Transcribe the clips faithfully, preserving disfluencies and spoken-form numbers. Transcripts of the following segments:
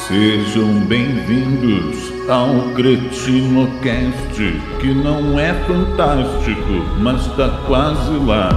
Sejam bem-vindos ao CretinoCast, que não é fantástico, mas tá quase lá.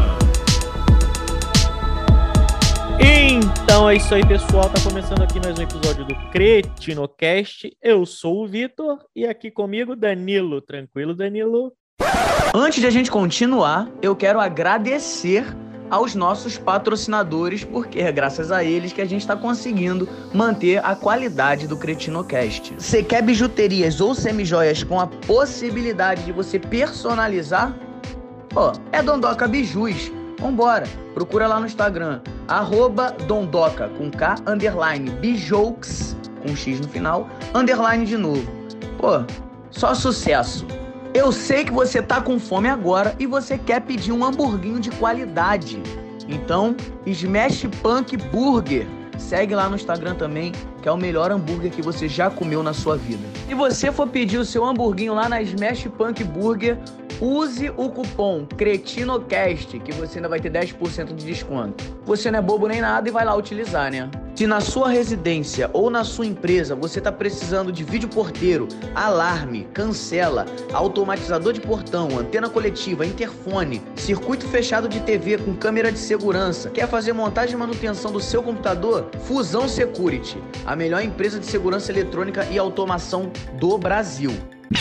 Então é isso aí, pessoal. Tá começando aqui mais um episódio do CretinoCast. Eu sou o Vitor e aqui comigo Danilo. Tranquilo, Danilo? Antes de a gente continuar, eu quero agradecer aos nossos patrocinadores, porque é graças a eles que a gente está conseguindo manter a qualidade do CretinoCast. Você quer bijuterias ou semijoias com a possibilidade de você personalizar? Pô, é Dondoca Bijus. Vambora, procura lá no Instagram, arroba Dondoca, com K, underline, Bijouks, com X no final, underline de novo. Pô, só sucesso. Eu sei que você tá com fome agora e você quer pedir um hamburguinho de qualidade. Então, Smash Punk Burger. Segue lá no Instagram também, que é o melhor hambúrguer que você já comeu na sua vida. Se você for pedir o seu hamburguinho lá na Smash Punk Burger, use o cupom CretinoCast, que você ainda vai ter dez por cento de desconto. Você não é bobo nem nada e vai lá utilizar, né? Se na sua residência ou na sua empresa você está precisando de vídeo porteiro, alarme, cancela, automatizador de portão, antena coletiva, interfone, circuito fechado de T V com câmera de segurança, quer fazer montagem e manutenção do seu computador? Fusão Security, a melhor empresa de segurança eletrônica e automação do Brasil.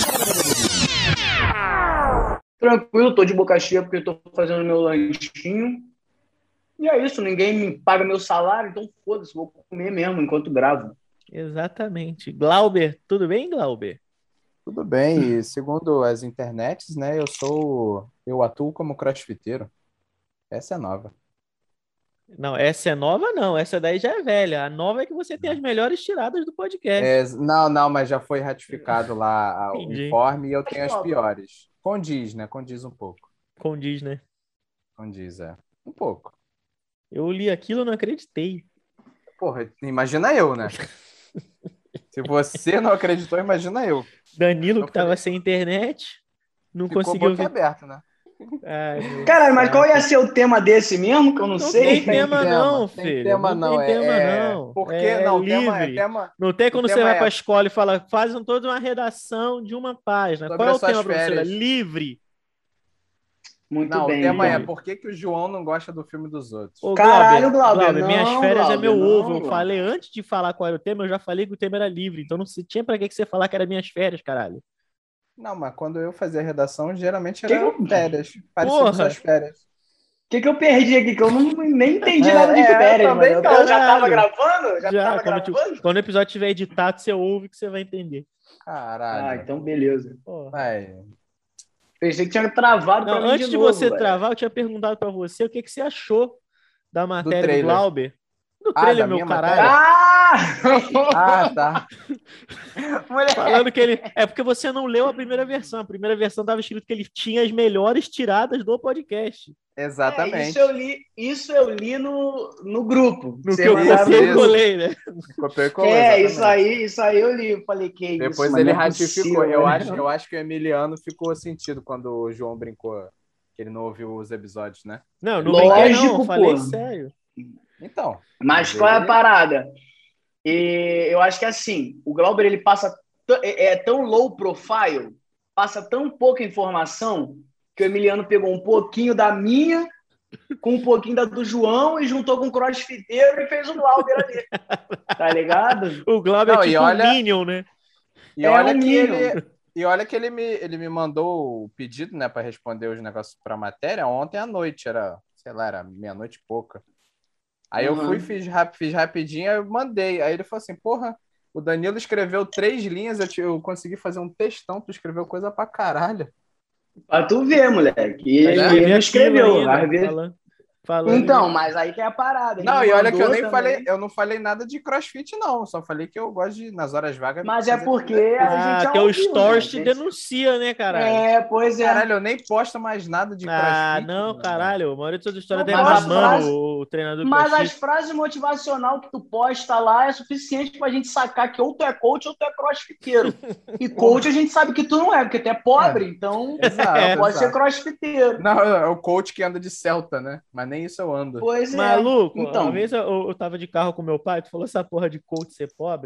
Tranquilo, tô de boca cheia porque tô fazendo meu lanchinho. E é isso, ninguém me paga meu salário, então foda-se, vou comer mesmo enquanto gravo. Exatamente. Glauber, tudo bem, Glauber? Tudo bem, e segundo as internets, né, eu sou, eu atuo como crossfiteiro. Essa é nova. Não, essa é nova não, essa daí já é velha. A nova é que você tem as melhores tiradas do podcast. É, não, não, mas já foi ratificado lá o Entendi. informe e eu tenho as piores. Condiz, né? Condiz um pouco. Condiz, né? Condiz, é. Um pouco. Eu li aquilo e não acreditei. Porra, imagina eu, né? Se você não acreditou, imagina eu. Danilo, Eu que tava falei- sem internet, não Ficou conseguiu ver. boquiaberto, né? Ai, meu Caralho, mas qual saco. ia ser o tema desse mesmo? Que eu não, Não sei. tem tema tema, não, tem filho. tema não não, tem é- tema é- não. Porque, é não, o tema é livre. tema Não tem quando o você tema vai é- para a escola e fala, fazem toda uma redação de uma página. Sobre Qual é o as suas tema, professora? férias. Livre. Muito Não, bem. o tema é Glauber. por que, que o João não gosta do filme dos outros? Ô, Caralho, Glauber, não, minhas férias é Glauber, meu não, ovo. Eu Glauber. falei, antes de falar qual era o tema, eu já falei que o tema era livre. Então não se- tinha pra que que você falar que era minhas férias, caralho. Não, mas quando eu fazia redação, geralmente Que era que eu- férias. Parecia Porra! com suas férias. O que, que eu perdi aqui? Que eu não, nem entendi É, nada de é, eu férias, também mano. não. Eu já tava Caralho. gravando? Já, Já, tava quando, tu- gravando? quando o episódio tiver editado, você ouve que você vai entender. Caralho. Ah, então beleza. Porra. Vai. Pensei que tinha travado Não, pra mim antes de, de novo, você velho. travar, eu tinha perguntado pra você o que, que você achou da matéria do, trailer. Glauber. Do Ah, trailer, da meu minha caralho. matéria? Ah! Ah, tá. Moleque. Falando que ele. É porque você não leu a primeira versão. A primeira versão estava escrito que ele tinha as melhores tiradas do podcast. Exatamente. É, isso eu li, isso eu li no, no grupo. No Você que eu mandava copiei no e grupo. colei, né? Copiou e colou, É, exatamente. isso aí, isso aí eu li. Eu falei, que isso, Depois mano, ele não é ratificou. possível, eu, né? acho, eu acho que o Emiliano ficou sentido quando o João brincou que ele não ouviu os episódios, né? Não, não Lógico, brinquei, não. pô. Falei sério. Então. Mas qual é a parada? E eu acho que assim, o Glauber ele passa t- é é tão low profile, passa tão pouca informação que o Emiliano pegou um pouquinho da minha com um pouquinho da do João e juntou com o crossfiteiro e fez um Glauber ali. Tá ligado? O Glauber Não, é e tipo olha- um Minion, né? E É olha um que Minion. ele. E olha que ele me, ele me mandou o pedido, né, para responder os negócios para matéria ontem à noite, era, sei lá, era meia-noite e pouca. Aí eu Uhum. fui, fiz, rap, fiz rapidinho, aí eu mandei. Aí ele falou assim, porra, o Danilo escreveu três linhas, eu, te- eu consegui fazer um textão, tu escreveu coisa pra caralho. Pra tu ver, moleque. E Aí ele eu vi não aquilo escreveu. ainda, às vezes- falando, falando Então, mas aí que é a parada. ele Não, e olha que eu mandou nem também. falei, eu não falei nada de crossfit, não. Só falei que eu gosto de, nas horas vagas. Mas é fazer porque qualquer coisa. a gente Ah, já que é o ouviu, Stories né, te gente? denuncia, né, caralho? É, pois é. Caralho, eu nem posto mais nada de crossfit. Ah, não, mano. caralho. A maioria de suas histórias Não, deve mas as mamando frases- o treinador do Mas as crossfit. frases motivacional que tu posta lá é suficiente pra gente sacar que ou tu é coach ou tu é crossfiteiro. E coach a gente sabe que tu não é, porque tu é pobre, então Exato, É, pode ser exato. crossfiteiro. Não, é o coach que anda de Celta, né? Mas nem isso eu ando. Pois é. Maluco, Então, uma vez eu, eu tava de carro com meu pai, tu falou essa porra de coach ser pobre.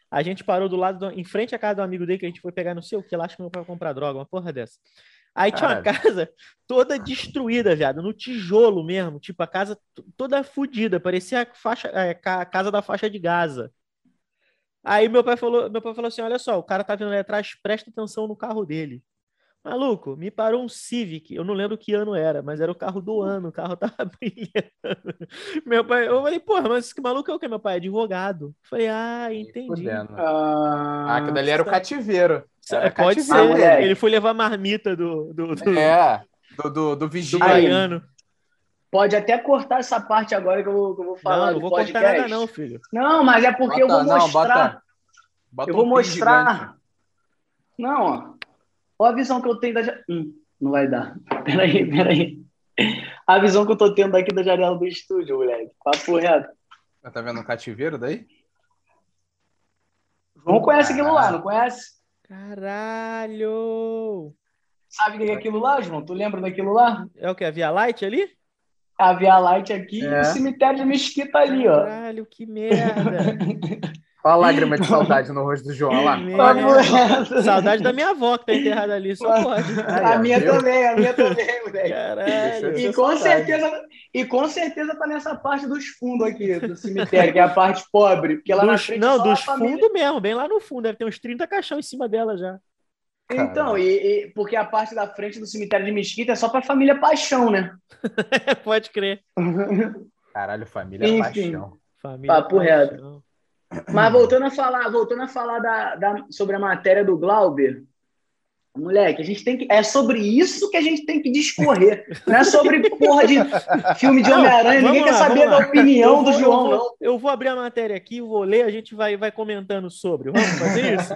A gente parou do lado, do- em frente à casa do amigo dele, que a gente foi pegar não sei o que lá, acho que meu pai vai comprar droga, uma porra dessa. Aí tinha uma Caralho. casa toda destruída, viado, no tijolo mesmo, tipo, a casa t- toda fodida, parecia a, faixa, é, ca- a casa da faixa de Gaza. Aí meu pai falou, meu pai falou assim, olha só, o cara tá vindo ali atrás, presta atenção no carro dele. Maluco, me parou um Civic, eu não lembro que ano era, mas era o carro do ano, o carro tava brilhando. Meu pai, eu falei, porra, mas esse maluco é o quê, meu pai? É advogado. Eu falei, ah, Nem entendi. fudendo. Ah, aquilo Ah, dali era o Sa- cativeiro. sa- Era Pode cativeiro ser, moleque. ele foi levar a marmita do, do, do, É, do, do, do do vigia. Aí. baiano. pode até cortar essa parte agora que eu vou, que eu vou falar Não, não do vou podcast. cortar nada não, filho. Não, mas é porque eu Bota- vou não, mostrar. bota- Bota eu vou um pin gigante. mostrar. Não, ó. Olha a visão que eu tenho da. ja- Hum, não vai dar. Peraí, peraí. A visão que eu tô tendo aqui da janela do estúdio, moleque. Papo reto. Tá vendo um cativeiro daí? O João conhece aquilo lá, Caralho. não conhece? Caralho! Sabe o que é aquilo lá, João? Tu lembra daquilo lá? É o que? A Via Light ali? A Via Light aqui É. e o cemitério de Mesquita ali, ó. Caralho, que merda! Olha a lágrima de saudade no rosto do João, olha lá. Que Papo merda. reto. Saudade da minha avó que tá enterrada ali, só pode. A Aí, ó, minha viu? também, a minha também, moleque. Caralho! E Deixa com saudade. certeza, e com certeza tá nessa parte dos fundos aqui do cemitério, que é a parte pobre, porque lá na Dos- frente não, só a dos família. fundos mesmo, bem lá no fundo. Deve ter uns trinta caixão em cima dela já. Então, e, e- porque a parte da frente do cemitério de Mesquita é só pra família Paixão, né? Pode crer. Caralho, família Enfim. paixão. Família Papo reto. paixão. Mas voltando a falar, voltando a falar da, da- sobre a matéria do Glauber, moleque, a gente tem que. É sobre isso que a gente tem que discorrer. Não é sobre porra de filme de Não, Homem-Aranha. Ninguém vamos quer lá, saber vamos da lá. opinião Eu do vou- João, eu não. vou, eu vou abrir a matéria aqui, vou ler, a gente vai, vai comentando sobre. Vamos fazer isso?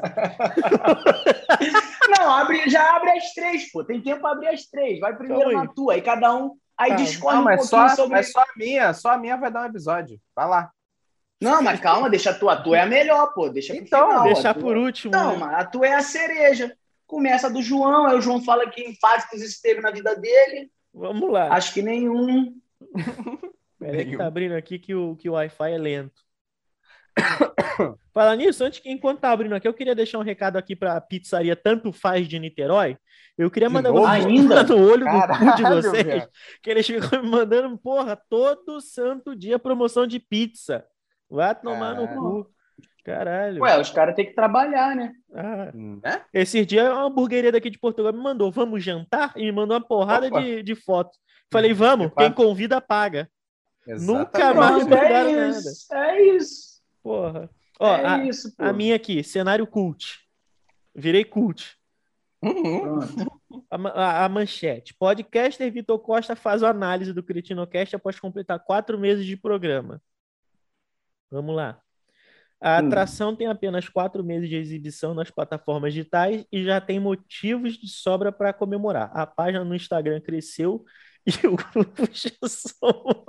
Não, abre, já abre as três, pô. Tem tempo pra abrir as três. Vai primeiro Calma aí. na tua, aí cada um. Aí Tá. discorre Não, um mas pouquinho só, sobre. mas só a minha, só a minha vai dar um episódio. Vai lá. Não, mas calma, deixa a tua. A tua é a melhor, pô. Deixa pro Então, final, Deixar a tua- por último. Não, né? mas a tua é a cereja. Começa do João, aí o João fala que impactos isso teve na vida dele. Vamos lá. Acho que nenhum. Peraí que tá abrindo aqui que o, que o Wi-Fi é lento. Falar nisso, antes que enquanto tá abrindo aqui, eu queria deixar um recado aqui pra pizzaria Tanto Faz de Niterói. Eu queria De mandar novo? vocês Ainda? tomar no olho do cu de Caralho, vocês, velho. que eles ficam me mandando, porra, todo santo dia promoção de pizza. Vai tomar no Caralho. cu. Caralho. Ué, os caras têm que trabalhar, né? Ah, Né? esses dias uma hamburgueria daqui de Portugal me mandou, vamos jantar? E me mandou uma porrada Opa. de, de fotos. Falei, vamos, Opa. quem convida paga. Nunca Exatamente. mais Pronto, é mudaram nada. isso. É isso. Porra. Ó, é a, isso, pô. a minha aqui, cenário cult. Virei cult. Uhum. Pronto. A, ma- a- a manchete. Podcaster Vitor Costa faz a análise do Cretinocast após completar quatro meses de programa. Vamos lá. A Hum. atração tem apenas quatro meses de exibição nas plataformas digitais e já tem motivos de sobra para comemorar. A página no Instagram cresceu e o grupo já somou.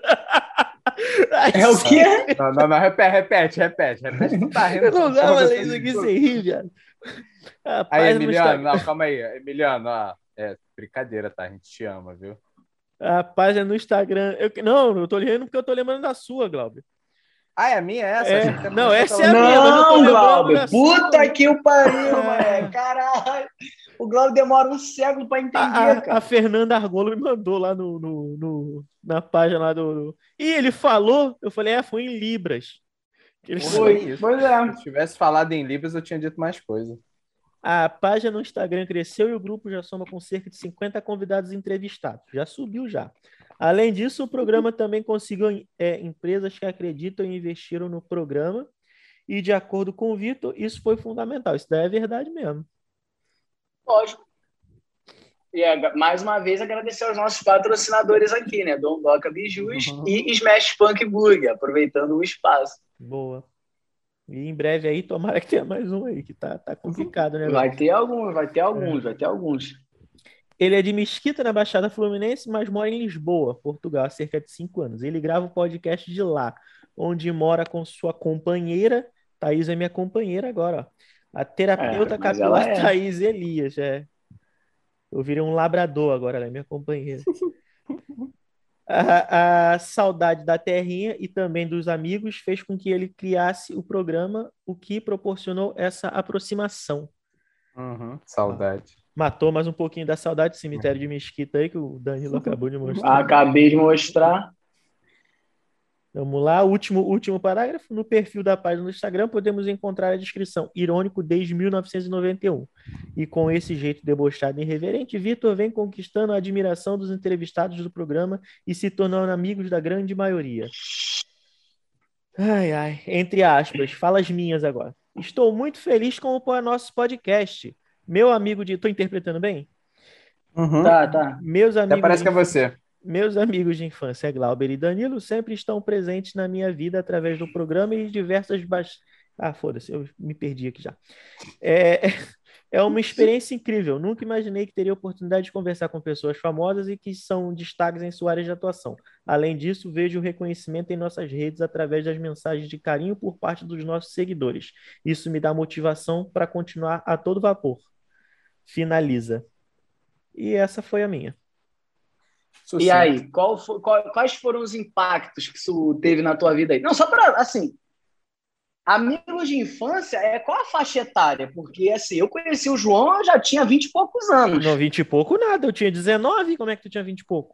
É o quê? Não, não, não, repete, repete, repete. repete. Tu tá rindo. Eu não tu dava tá ler isso aqui rindo. sem rir, viado. A Aí, página no Emiliano, Instagram- não, calma aí. Emiliano, ó. É brincadeira, tá? A gente te ama, viu? A página no Instagram. Eu... Não, eu tô lendo porque eu tô lembrando da sua, Glauber. Ah, é a minha essa? É. Achei que era Não, você essa tava- é a minha, mas eu tô Não, lembrando Glauber. da Puta sua. que o pariu, Ah. moleque. Caralho. O Glauber demora um século pra entender, A, a- cara. a Fernanda Argolo me mandou lá no, no, no- na página lá do. do- E ele falou, eu falei, é, foi em Libras. Que ele- Porra, Foi. nem isso. Pois Se é. eu tivesse falado em Libras, eu tinha dito mais coisa. A página no Instagram cresceu e o grupo já soma com cerca de cinquenta convidados entrevistados. Já subiu já. Além disso, o programa também conseguiu é, empresas que acreditam e investiram no programa. E de acordo com o Vitor, isso foi fundamental. Isso daí é verdade mesmo. Lógico. E ag- mais uma vez agradecer aos nossos patrocinadores aqui, né? Dom Doca Bijus Uhum. e Smash Punk Burger, aproveitando o espaço. Boa. E em breve aí, tomara que tenha mais um aí, que tá, tá complicado, né? Vai ter alguns, vai ter alguns, vai ter alguns. Ele é de Mesquita, na Baixada Fluminense, mas mora em Lisboa, Portugal, há cerca de cinco anos. Ele grava o podcast de lá, onde mora com sua companheira. Thaís é minha companheira agora, ó. A terapeuta É, mas capilar ela é. Thaís Elias. É. Eu virei um labrador agora, ela é minha companheira. A, a saudade da terrinha e também dos amigos fez com que ele criasse o programa, o que proporcionou essa aproximação. Uhum, saudade. Matou mais um pouquinho da saudade do cemitério de Mesquita aí, que o Danilo acabou de mostrar. Acabei de mostrar. Vamos lá, último, último parágrafo. No perfil da página do Instagram podemos encontrar a descrição irônico desde mil novecentos e noventa e um. E com esse jeito debochado e irreverente, Vitor vem conquistando a admiração dos entrevistados do programa e se tornando amigos da grande maioria. Ai, ai. Entre aspas, falas minhas agora. Estou muito feliz com o nosso podcast. Meu amigo de... Estou interpretando bem? Uhum. Tá, tá. Meus amigos... Até parece que é de... você. Meus amigos de infância, Glauber e Danilo, sempre estão presentes na minha vida através do programa e diversas... Ba... Ah, foda-se, eu me perdi aqui já. É... é uma experiência incrível. Nunca imaginei que teria a oportunidade de conversar com pessoas famosas e que são destaques em sua área de atuação. Além disso, vejo o reconhecimento em nossas redes através das mensagens de carinho por parte dos nossos seguidores. Isso me dá motivação para continuar a todo vapor. Finaliza. E essa foi a minha. E aí, qual foi, qual, quais foram os impactos que isso teve na tua vida aí? Não, só para, assim, amigos de infância, é qual a faixa etária? Porque, assim, eu conheci o João, eu já tinha vinte e poucos anos. Não, vinte e pouco nada, eu tinha dezenove, como é que tu tinha vinte e pouco?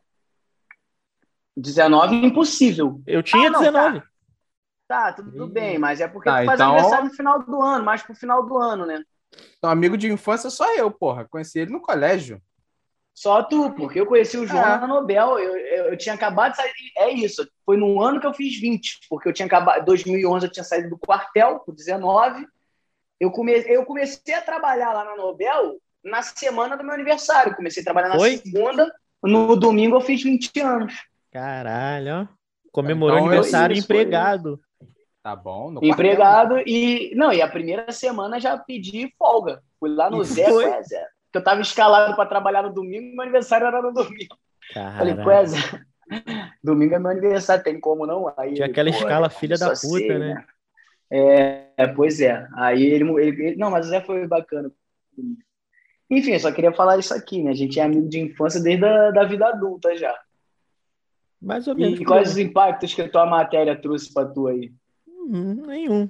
dezenove, impossível. Eu tinha ah, não, dezenove. Tá, tá tudo Ih. bem, mas é porque Tá, tu faz então- aniversário no final do ano, mais pro final do ano, né? Então, amigo de infância só eu, porra. Conheci ele no colégio. Só tu, porque eu conheci o João É. na Nobel, eu, eu, eu tinha acabado de sair, é isso, foi no ano que eu fiz vinte, porque eu tinha acabado, em dois mil e onze eu tinha saído do quartel, com dezenove, eu, come, eu comecei a trabalhar lá na Nobel na semana do meu aniversário, comecei a trabalhar Foi? na segunda, no domingo eu fiz vinte anos. Caralho, ó. Comemorou Então, aniversário isso, foi empregado. Tá bom. No Empregado, e não, e a primeira semana já pedi folga, fui lá no E Zé, foi? ué, Zé, que eu tava escalado para trabalhar no domingo, meu aniversário era no domingo. Falei, Caralho. pois é, domingo é meu aniversário, tem como não? Aí Tinha ele, aquela pô, escala é, filha só da puta, sei, né? É, é, pois é. Aí ele, ele, ele- Não, mas o Zé foi bacana. Enfim, eu só queria falar isso aqui, né? A gente é amigo de infância desde a da vida adulta já. Mais ou menos. E por quais aí. os impactos que a tua matéria trouxe pra tu aí? Hum, nenhum.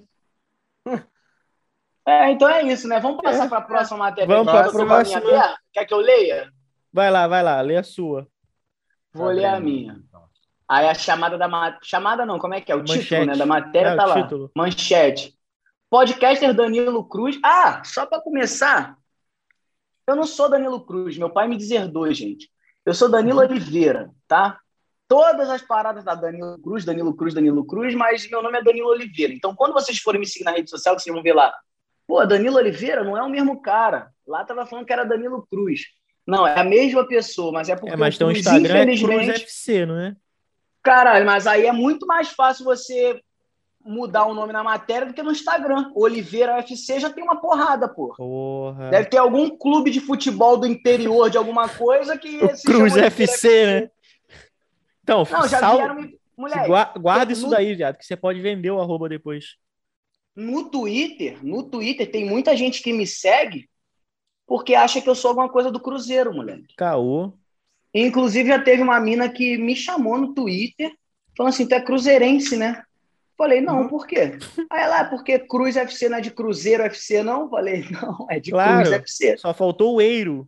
É, então é isso, né? Vamos passar É. para a próxima matéria. Vamos aí. pra Eu tô com a minha próxima. aberta. Quer que eu leia? Vai lá, vai lá, lê a sua. Vou ler a minha. Aí a chamada da ma- chamada não, como é que é? O Manchete. título, né, da matéria É, o tá lá. título. Manchete. Podcaster Danilo Cruz. Ah, só para começar, eu não sou Danilo Cruz, meu pai me deserdou, gente. Eu sou Danilo Oliveira, tá? Todas as paradas da Danilo Cruz, Danilo Cruz, Danilo Cruz, mas meu nome é Danilo Oliveira. Então, quando vocês forem me seguir na rede social, vocês vão ver lá. Pô, Danilo Oliveira não é o mesmo cara. Lá tava falando que era Danilo Cruz. Não, é a mesma pessoa, mas é porque É, mas o teu Cruz, Instagram é Cruz infelizmente... F C, não é? Caralho, mas aí é muito mais fácil você mudar o nome na matéria do que no Instagram. O Oliveira U F C já tem uma porrada, pô. Porra. Deve ter algum clube de futebol do interior de alguma coisa que O se Cruz chama F Oliveira C, né? Então, Não, já sal... vieram me... Moleque, gua- guarda tem- isso no, daí, viado, que você pode vender o arroba depois. no Twitter, no Twitter tem muita gente que me segue porque acha que eu sou alguma coisa do Cruzeiro, moleque. Caô. Inclusive, já teve uma mina que me chamou no Twitter, falando assim, tu é cruzeirense, né? Falei, não, por quê? Aí ela, é porque Cruz F C não é de Cruzeiro F C, não? Falei, não, é de Claro. Cruz F C. Só faltou o eiro.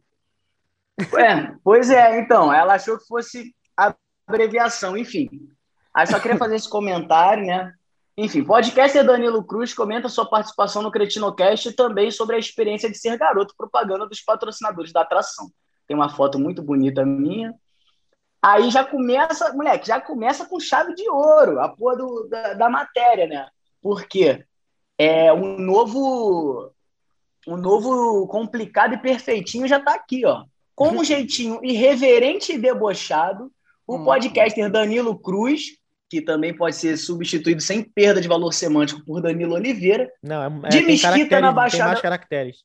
É, pois é, então, ela achou que fosse a abreviação, enfim. Aí só queria fazer esse comentário, né? Enfim, podcaster Danilo Cruz comenta sua participação no Cretinocast e também sobre a experiência de ser garoto propaganda dos patrocinadores da atração. Tem uma foto muito bonita minha. Aí já começa, moleque, já começa com chave de ouro, a porra do, da, da matéria, né? Porque é um novo, um novo complicado e perfeitinho já tá aqui, ó. Com um jeitinho irreverente e debochado, o podcaster Danilo Cruz, que também pode ser substituído sem perda de valor semântico por Danilo Oliveira, Não, é, é, De tem Mesquita caracteres, na tem Baixada- mais caracteres.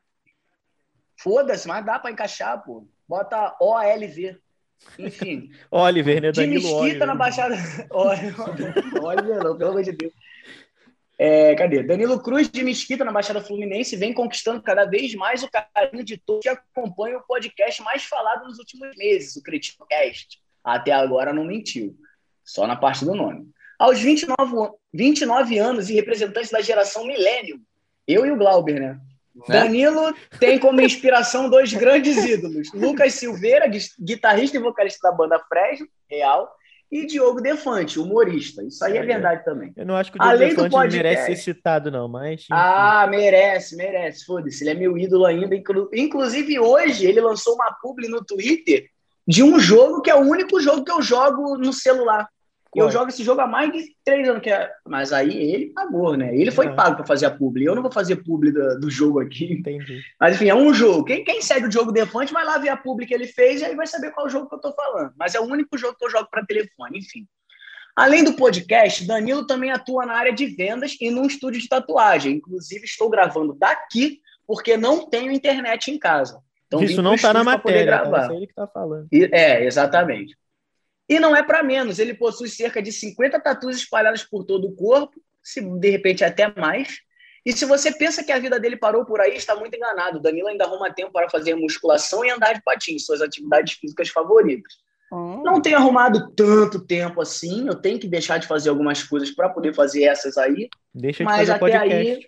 foda-se, mas dá pra encaixar, pô. Bota O L V. Enfim. Oliver, né? De Danilo Mesquita Oliver. na Baixada. Olha, não, pelo amor de Deus. É, cadê? Danilo Cruz de Mesquita na Baixada Fluminense vem conquistando cada vez mais o carinho de todos que acompanham o podcast mais falado nos últimos meses, o Cretinocast. Até agora não mentiu. Só na parte do nome. Aos vinte e nove, vinte e nove anos e representante da geração Millennium, eu e o Glauber, né? né? Danilo tem como inspiração dois grandes ídolos. Lucas Silveira, guitarrista e vocalista da banda Fresno, real, e Diogo Defante, humorista. Isso aí é verdade também. Eu não acho que o Diogo Além Defante do podcast... merece ser citado, não, mas... Enfim. Ah, merece, merece. Foda-se, ele é meu ídolo ainda. Inclusive, hoje, ele lançou uma publi no Twitter de um jogo que é o único jogo que eu jogo no celular. Qual? Eu jogo esse jogo há mais de três anos. Que é... Mas aí ele pagou, né? Ele foi ah. pago para fazer a publi. Eu não vou fazer publi do, do jogo aqui. Entendi. Mas, enfim, é um jogo. Quem, quem segue o Diogo Defante vai lá ver a publi que ele fez e aí vai saber qual jogo que eu tô falando. Mas é o único jogo que eu jogo para telefone, enfim. Além do podcast, Danilo também atua na área de vendas e num estúdio de tatuagem. Inclusive, estou gravando daqui porque não tenho internet em casa. Então, isso não está na matéria, tá? Isso é ele que está falando. E, é, exatamente. E não é para menos, ele possui cerca de cinquenta tatuas espalhadas por todo o corpo, se de repente até mais. E se você pensa que a vida dele parou por aí, está muito enganado. Danilo ainda arruma tempo para fazer musculação e andar de patins, suas atividades físicas favoritas. Hum. Não tenho arrumado tanto tempo assim, eu tenho que deixar de fazer algumas coisas para poder fazer essas aí. Deixa de mas fazer até podcast. aí,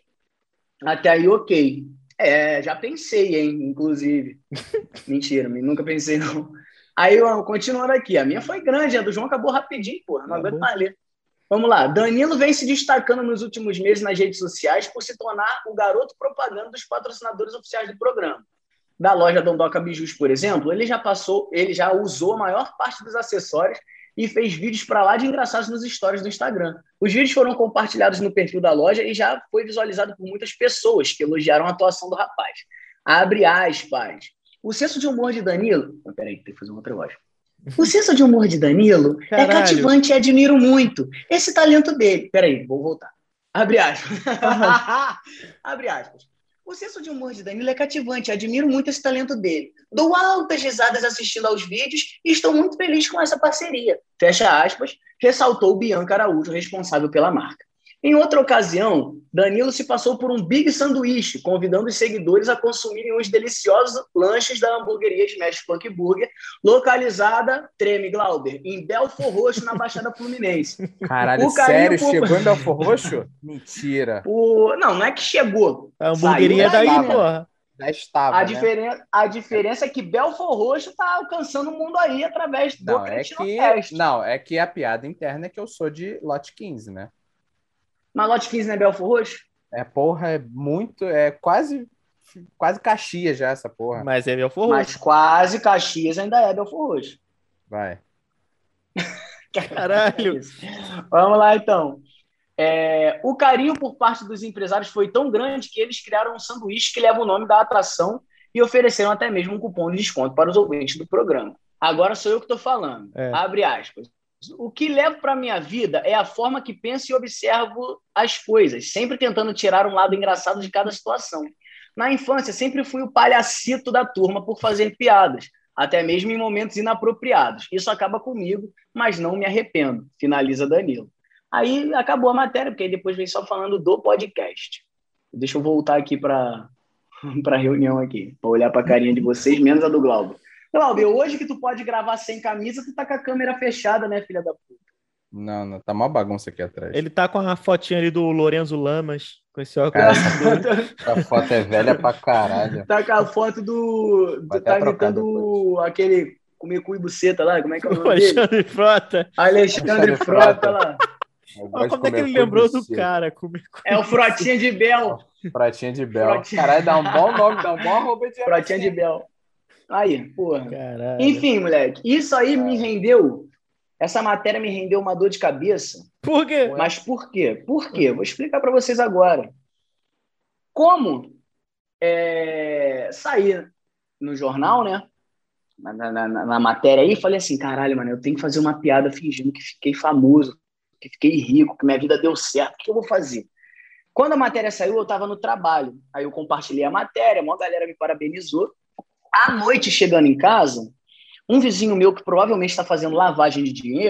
até aí, ok. É, já pensei, hein, inclusive. Mentira, nunca pensei, não. Aí, eu, continuando aqui, a minha foi grande, a do João acabou rapidinho, porra, não aguento mais ler. Vamos lá, Danilo vem se destacando nos últimos meses nas redes sociais por se tornar o garoto propaganda dos patrocinadores oficiais do programa. Da loja Dondoca Bijus, por exemplo, ele já passou, ele já usou a maior parte dos acessórios e fez vídeos para lá de engraçados nos stories do Instagram. Os vídeos foram compartilhados no perfil da loja e já foi visualizado por muitas pessoas que elogiaram a atuação do rapaz. Abre aspas. O senso de humor de Danilo... Oh, peraí, tem que fazer uma outra voz. O senso de humor de Danilo Caralho. é cativante e admiro muito esse talento dele. Peraí, vou voltar. Abre aspas. Abre aspas. O senso de humor de Danilo é cativante e admiro muito esse talento dele. Dou altas risadas assistindo aos vídeos e estou muito feliz com essa parceria. Fecha aspas, ressaltou Bianca Araújo, responsável pela marca. Em outra ocasião, Danilo se passou por um Big Sanduíche, convidando os seguidores a consumirem os deliciosos lanches da hamburgueria Smash Funk Burger, localizada, treme Glauber, em Belfor Roxo, na Baixada Fluminense. Caralho, sério? Por... Chegou em Belfor Roxo? Mentira. O... Não, não é que chegou. A hamburgueria daí, daí porra. Já estava, a, né? diferen... a diferença é que Belfor Roxo está alcançando o mundo aí através do não, é que... Não, é que a piada interna é que eu sou de lote quinze, né? Mas lote quinze não é Belfor Roxo? É, porra, é muito... É quase... Quase Caxias já, essa porra. Mas é Belfor Roxo. Mas quase Caxias ainda é Belfor Roxo. Vai. Caralho. Vamos lá, então. É, o carinho por parte dos empresários foi tão grande que eles criaram um sanduíche que leva o nome da atração e ofereceram até mesmo um cupom de desconto para os ouvintes do programa. Agora sou eu que estou falando. É. Abre aspas. O que levo para a minha vida é a forma que penso e observo as coisas, sempre tentando tirar um lado engraçado de cada situação. Na infância, sempre fui o palhacito da turma por fazer piadas, até mesmo em momentos inapropriados. Isso acaba comigo, mas não me arrependo, finaliza Danilo. Aí acabou a matéria, porque aí depois vem só falando do podcast. Deixa eu voltar aqui para a reunião aqui, para olhar para a carinha de vocês, menos a do Glauber. Glauber, hoje que tu pode gravar sem camisa, tu tá com a câmera fechada, né, filha da puta? Não, não, tá uma bagunça aqui atrás. Ele tá com a fotinha ali do Lorenzo Lamas, com esse óculos. Cara, a foto é velha pra caralho. Tá com a foto do... do tá gritando aquele comer cu e buceta lá, como é que é o nome Alexandre dele? Frota. Alexandre, Alexandre Frota, Frota lá. Olha como é que ele lembrou do cara. Comer cu é o Frotinha de Bel. Frotinha de Bel. Frotinha. Caralho, dá um bom nome, dá um bom arroba de Frotinha de Bel. Aí, porra. Caralho. Enfim, moleque, isso aí me rendeu, essa matéria me rendeu uma dor de cabeça. Por quê? Mas por quê? Por quê? Vou explicar para vocês agora. Como é, sair no jornal, né? Na, na, na, na matéria aí, falei assim, caralho, mano, eu tenho que fazer uma piada fingindo que fiquei famoso, que fiquei rico, que minha vida deu certo. O que eu vou fazer? Quando a matéria saiu, eu tava no trabalho. Aí eu compartilhei a matéria, uma galera me parabenizou. À noite, chegando em casa, um vizinho meu que provavelmente está fazendo lavagem de dinheiro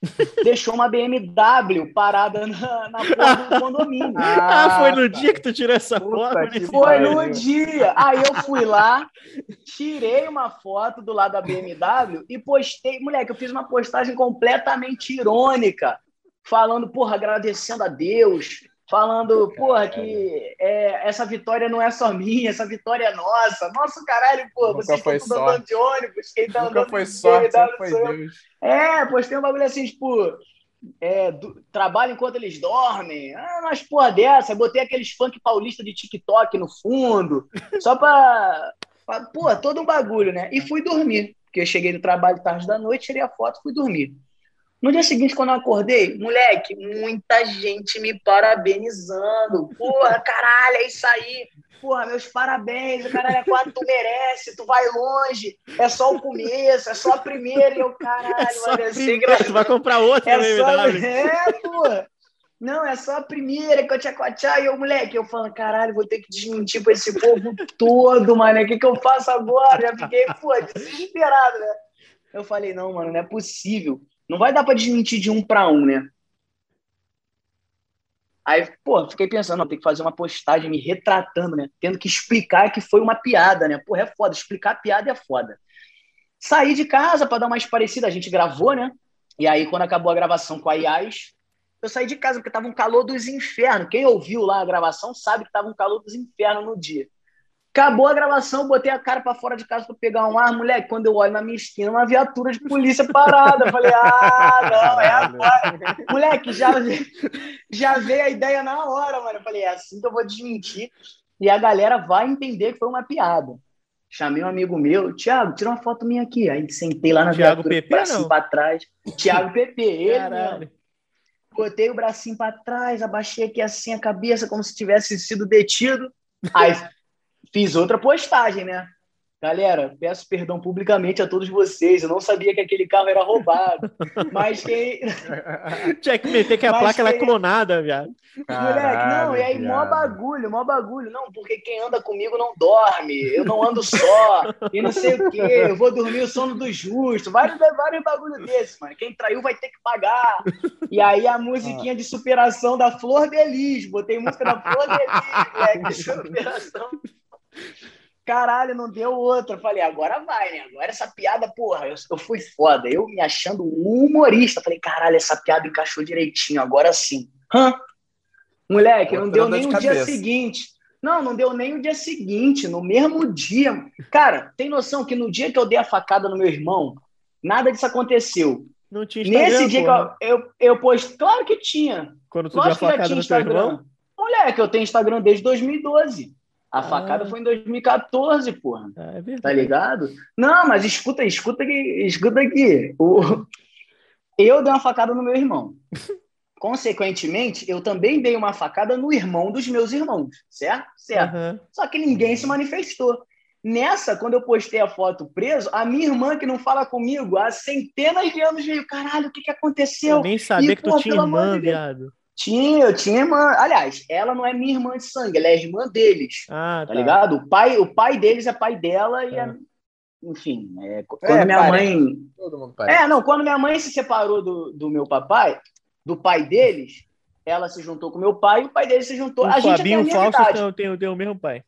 deixou uma B M W parada na, na porta do condomínio. Ah, foi no dia que tu tirou essa foto? Foi no dia. Aí eu fui lá, tirei uma foto do lado da B M W e postei. Moleque, eu fiz uma postagem completamente irônica, falando, porra, agradecendo a Deus, falando, porra, que é, essa vitória não é só minha, essa vitória é nossa. Nossa, caralho, pô, vocês estão andando de ônibus, quem tá andando Nunca foi de sorte, B M W, foi sou eu. Deus. É, postei um bagulho assim, tipo, é, do, trabalho enquanto eles dormem. Ah, umas porra dessa. Botei aqueles funk paulista de TikTok no fundo, só pra, pra. Pô, todo um bagulho, né? E fui dormir, porque eu cheguei no trabalho tarde da noite, tirei a foto e fui dormir. No dia seguinte, quando eu acordei, moleque, muita gente me parabenizando. Porra, caralho, é isso aí. Porra, meus parabéns, caralho, é quatro, tu merece, tu vai longe, é só o começo, é só a primeira, e eu, caralho, É só mano, a eu sei primeira, que... tu vai comprar outra é B M W. só... É, porra. Não, é só a primeira, cotia-cotia, e eu, moleque, eu falando, caralho, vou ter que desmentir pra esse povo todo, mano, o que que eu faço agora? Já fiquei, pô, desesperado, né? Eu falei, não, mano, não é possível, não vai dar pra desmentir de um pra um, né? Aí, pô, fiquei pensando, não, tem que fazer uma postagem me retratando, né? Tendo que explicar que foi uma piada, né? Porra, é foda, explicar a piada é foda. Saí de casa pra dar mais parecida, a gente gravou, né? E aí, quando acabou a gravação com a Iás, eu saí de casa porque tava um calor dos infernos. Quem ouviu lá a gravação sabe que tava um calor dos infernos no dia. Acabou a gravação, botei a cara pra fora de casa pra pegar um ar, moleque, quando eu olho na minha esquina, uma viatura de polícia parada. Eu falei, ah, não, é agora. Moleque, já veio, já veio a ideia na hora, mano. Eu falei, é assim que eu vou desmentir e a galera vai entender que foi uma piada. Chamei um amigo meu, Thiago, tira uma foto minha aqui. Aí sentei lá na Thiago viatura, P P, bracinho não? pra trás. Thiago P P, ele Caralho. mesmo. Botei o bracinho pra trás, abaixei aqui assim a cabeça, como se tivesse sido detido. Aí fiz outra postagem, né? Galera, peço perdão publicamente a todos vocês. Eu não sabia que aquele carro era roubado. Mas quem... Tinha que meter que a Mas placa ela é quem- clonada, viado. Moleque, não, e aí mó viado. bagulho, mó bagulho. Não, porque quem anda comigo não dorme. Eu não ando só. E não sei o quê. Eu vou dormir o sono do justo. Vários, vários bagulho desses, mano. Quem traiu vai ter que pagar. E aí a musiquinha de superação da Flor de Lis. Botei música da Flor de Lis, moleque, de superação. Caralho, não deu outra. Falei, agora vai, né? Agora essa piada, porra, eu, eu fui foda. Eu me achando um humorista. Falei, caralho, essa piada encaixou direitinho. Agora sim. Hã? Moleque, não Outra deu dor nem de o dia cabeça. seguinte. Não, não deu nem o dia seguinte. No mesmo dia. Cara, tem noção que no dia que eu dei a facada no meu irmão, nada disso aconteceu. Não tinha Instagram, Nesse dia porra. que eu, eu, eu postei... Claro que tinha. Quando tu deu a Lógico que já facada tinha no teu Instagram. irmão? Moleque, eu tenho Instagram desde dois mil e doze. A Ah. facada foi em dois mil e quatorze, porra. Ah, é verdade. Tá ligado? Não, mas escuta, escuta aqui, escuta aqui. O... Eu dei uma facada no meu irmão. Consequentemente, eu também dei uma facada no irmão dos meus irmãos, certo? Certo. Aham. Só que ninguém se manifestou. Nessa, quando eu postei a foto preso, a minha irmã, que não fala comigo há centenas de anos, veio, caralho, o que que aconteceu? Eu nem sabia E, que tu pô, tinha pelo amor irmã, de Deus. viado. Tinha, eu tinha irmã. Aliás, ela não é minha irmã de sangue, ela é irmã deles. Ah, Tá tá. ligado? O pai, o pai deles é pai dela e, Tá. a- enfim, é, quando É, minha parente. mãe... Todo mundo parece. É, não, quando minha mãe se separou do, do meu papai, do pai deles, ela se juntou com meu pai e o pai deles se juntou. O a gente Fabinho e tem o a mesma Fausto idade. tem, tem, tem o mesmo pai.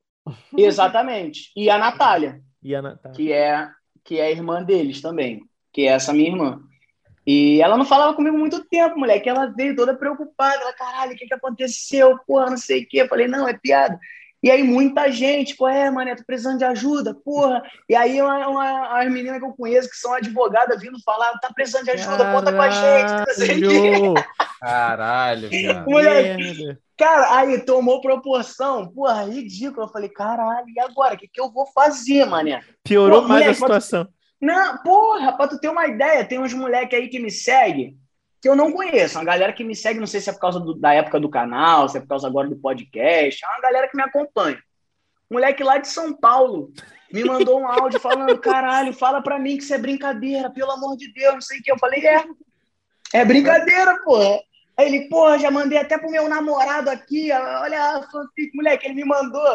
Exatamente. E a Natália, E a Natália. que é, que é irmã deles também, que é essa minha irmã. E ela não falava comigo há muito tempo, moleque. Ela veio toda preocupada. Ela, caralho, o que que aconteceu? Porra, não sei o quê. Eu falei, não, é piada. E aí muita gente, pô, é, mané, tô precisando de ajuda, porra. E aí uma, uma, as meninas que eu conheço, que são advogadas, vindo falar, tá precisando de ajuda, conta com a gente. Não sei o quê. Caralho! Caralho, viado. Moleque, Merda. cara, aí tomou proporção, porra, ridículo. Eu falei, caralho, e agora? O que, que eu vou fazer, mané? Piorou Pô, mais moleque, a situação. Não, porra, pra tu ter uma ideia, tem uns moleques aí que me seguem, que eu não conheço. Uma galera que me segue, não sei se é por causa do- da época do canal, se é por causa agora do podcast. É uma galera que me acompanha. Moleque lá de São Paulo me mandou um áudio falando, caralho, fala pra mim que isso é brincadeira, pelo amor de Deus, não sei o que. Eu falei, é, é brincadeira, porra. Aí ele, porra, já mandei até pro meu namorado aqui, olha a fanfic, moleque, ele me mandou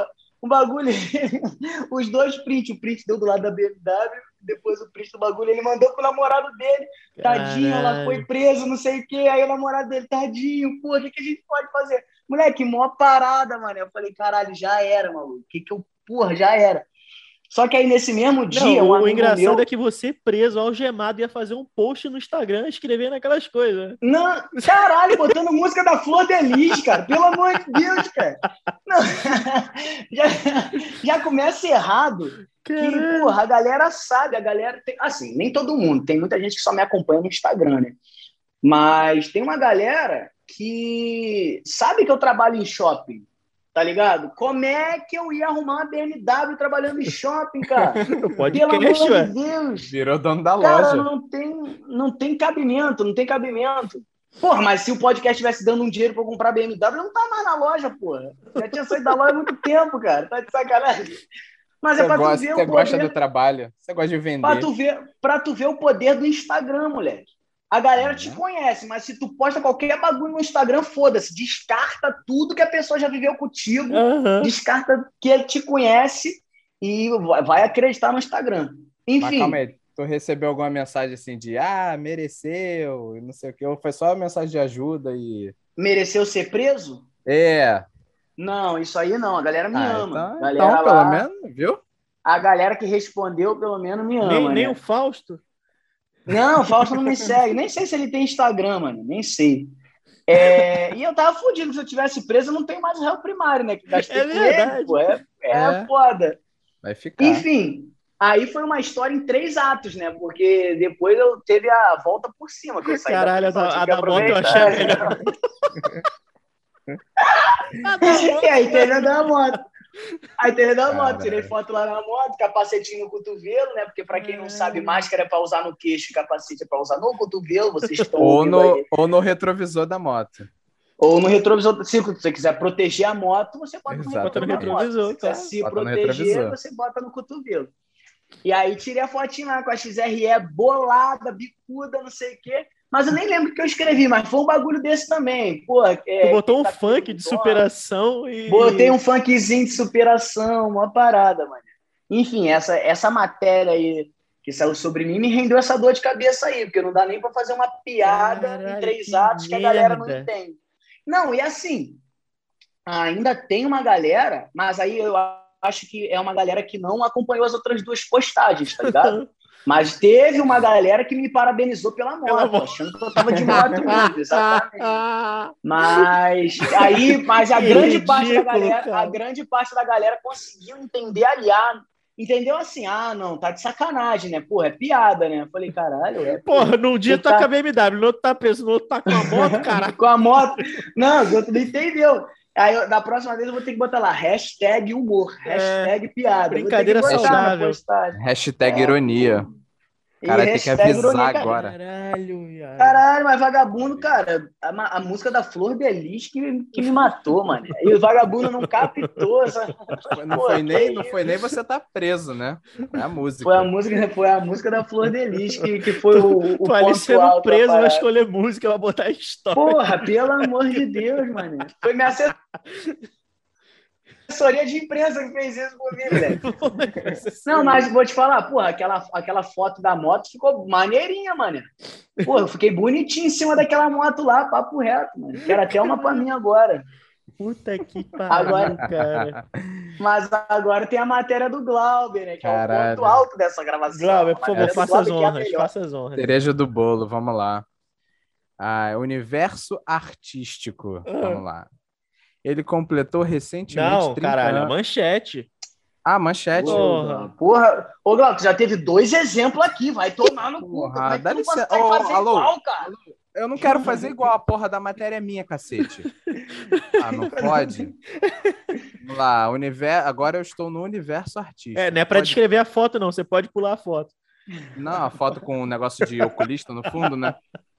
O bagulho, os dois prints, o print deu do lado da B M W, depois o print do bagulho, ele mandou pro namorado dele, tadinho, ela Caralho. foi presa, não sei o quê, aí o namorado dele, tadinho, pô, o que, que a gente pode fazer? Moleque, mó parada, mano. Eu falei, caralho, já era, maluco. O que que eu, porra, já era. Só que aí nesse mesmo dia, Não, um o amigo engraçado meu... é que você, preso, algemado, ia fazer um post no Instagram escrevendo aquelas coisas. Não, caralho, botando música da Flor de Lis, cara. Pelo amor de Deus, cara. Não, já, já começa errado. Que, Caralho. porra, a galera sabe, a galera... Tem, assim, nem todo mundo. Tem muita gente que só me acompanha no Instagram, né? Mas tem uma galera que sabe que eu trabalho em shopping, tá ligado? Como é que eu ia arrumar uma B M W trabalhando em shopping, cara? Pode Pelo amor cash, ué. de Deus. Virou dono da Cara, loja. não tem, não tem cabimento, não tem cabimento. Porra, mas se o podcast estivesse dando um dinheiro pra eu comprar B M W, eu não tá mais na loja, porra. Já tinha saído da loja há muito tempo, cara. Tá de sacanagem. Mas Você é pra gosta, tu ver você o gosta poder... do trabalho, você gosta de vender. Pra tu ver, pra tu ver o poder do Instagram, moleque. A galera Uhum. te conhece, mas se tu posta qualquer bagulho no Instagram, foda-se. Descarta tudo que a pessoa já viveu contigo. Aham. Descarta que ele te conhece e vai- vai acreditar no Instagram. Mas Enfim, calma aí, tu recebeu alguma mensagem assim de ah, mereceu, e não sei o que, ou foi só uma mensagem de ajuda e... mereceu ser preso? É, Não, isso aí não. A galera me ah, ama. então, Galera então pelo lá- menos, viu? A galera que respondeu, pelo menos, me ama. Nem, né? nem o Fausto. Não, o Fausto não me segue. Nem sei se ele tem Instagram, mano. Nem sei. É, E eu tava fudido. Se eu tivesse preso, eu não tenho mais o réu primário, né? Que gastei É com verdade. ele, pô. É, é, É. foda. Vai ficar. Enfim, aí foi uma história em três atos, né? Porque depois eu teve a volta por cima. Que eu saí Caralho, a da prisão, da, tive a que da moto eu aproveitar. achei melhor. E aí teve a da moto. Aí teve a da moto, Caralho. tirei foto lá na moto, capacetinho no cotovelo, né? Porque pra quem não sabe, máscara é pra usar no queixo e capacete é pra usar no cotovelo, vocês estão Ou ouvindo no, aí. ou no retrovisor da moto. Ou no retrovisor. Se você quiser proteger a moto, você bota no Exato. Bota no retrovisor. da moto. retrovisor, Se quiser claro. se Bota no proteger, retrovisor. você bota no cotovelo. E aí tirei a fotinha lá com a X R E bolada, bicuda, não sei o quê. Mas eu nem lembro o que eu escrevi, mas foi um bagulho desse também. Pô, é, Tu botou um tá funk tudo de dó. superação e. Botei um funkzinho de superação, uma parada, mano. Enfim, essa, essa matéria aí que saiu sobre mim me rendeu essa dor de cabeça aí, porque não dá nem pra fazer uma piada Caralho, em três que atos que a galera não merda. entende. Não, e assim, ainda tem uma galera, mas aí eu acho que é uma galera que não acompanhou as outras duas postagens, tá ligado? Mas teve uma galera que me parabenizou pela moto, Pela moto. achando que eu tava de moto mesmo, exatamente. Mas aí, mas a Que grande parte da ridículo, galera, cara. a grande parte da galera conseguiu entender, aliar, entendeu assim, ah, não, tá de sacanagem, né? Porra, é piada, né? Eu falei, caralho, é Porra, num dia Tu tá tá- com a B M W, no outro tá preso, no outro tá com a moto, caralho. com a moto. Não, o outro não entendeu. Aí, eu- da próxima vez eu vou ter que botar lá, hashtag humor, hashtag piada. Eu vou ter que brincadeira botar na saudável. postagem. Hashtag É, ironia. E Cara, tem que hashtag avisar ironia, cara. agora. Caralho, viado. Caralho, mas vagabundo, cara, a, ma- a música da Flor de Lis que, que me matou, mano. E o vagabundo não captou essa. Não Pô, foi, que nem, não isso? foi nem você tá preso, né? É a música. Foi a música, foi a música da Flor de Lis que, que foi o, o Tu ali ponto sendo alto da preso, vai parada. escolher música, vai botar história. Porra, pelo amor de Deus, mano. Foi minha assessoria de imprensa que fez isso comigo, velho. Não, mas vou te falar, porra, aquela, aquela foto da moto ficou maneirinha, mano. Porra, eu fiquei bonitinho em cima daquela moto lá, papo reto, mano. Quero até uma pra mim agora. Puta que pariu, Agora- cara. Mas agora tem a matéria do Glauber, né? Que é o Caralho. ponto alto dessa gravação. Glauber, A por favor, matéria do faça as Glauber que é a honras, melhor. faça as honras. Cereja do bolo, vamos lá. Ah, universo artístico. Vamos lá. Ele completou recentemente Não, trinta caralho, a anos. manchete. Ah, manchete. Porra. Porra, ô Glauber, tu já teve dois exemplos aqui, vai tomar no cu. Porra, Como é que dá tu não licença. consegue Ô, fazer alô? igual, cara? Eu não quero fazer igual a porra da matéria é minha, cacete. Ah, não pode? Vamos lá, univer... agora eu estou no universo artístico. É, não é pra Pode- descrever a foto, não. Você pode pular a foto. Não, a foto com um negócio de oculista no fundo, né?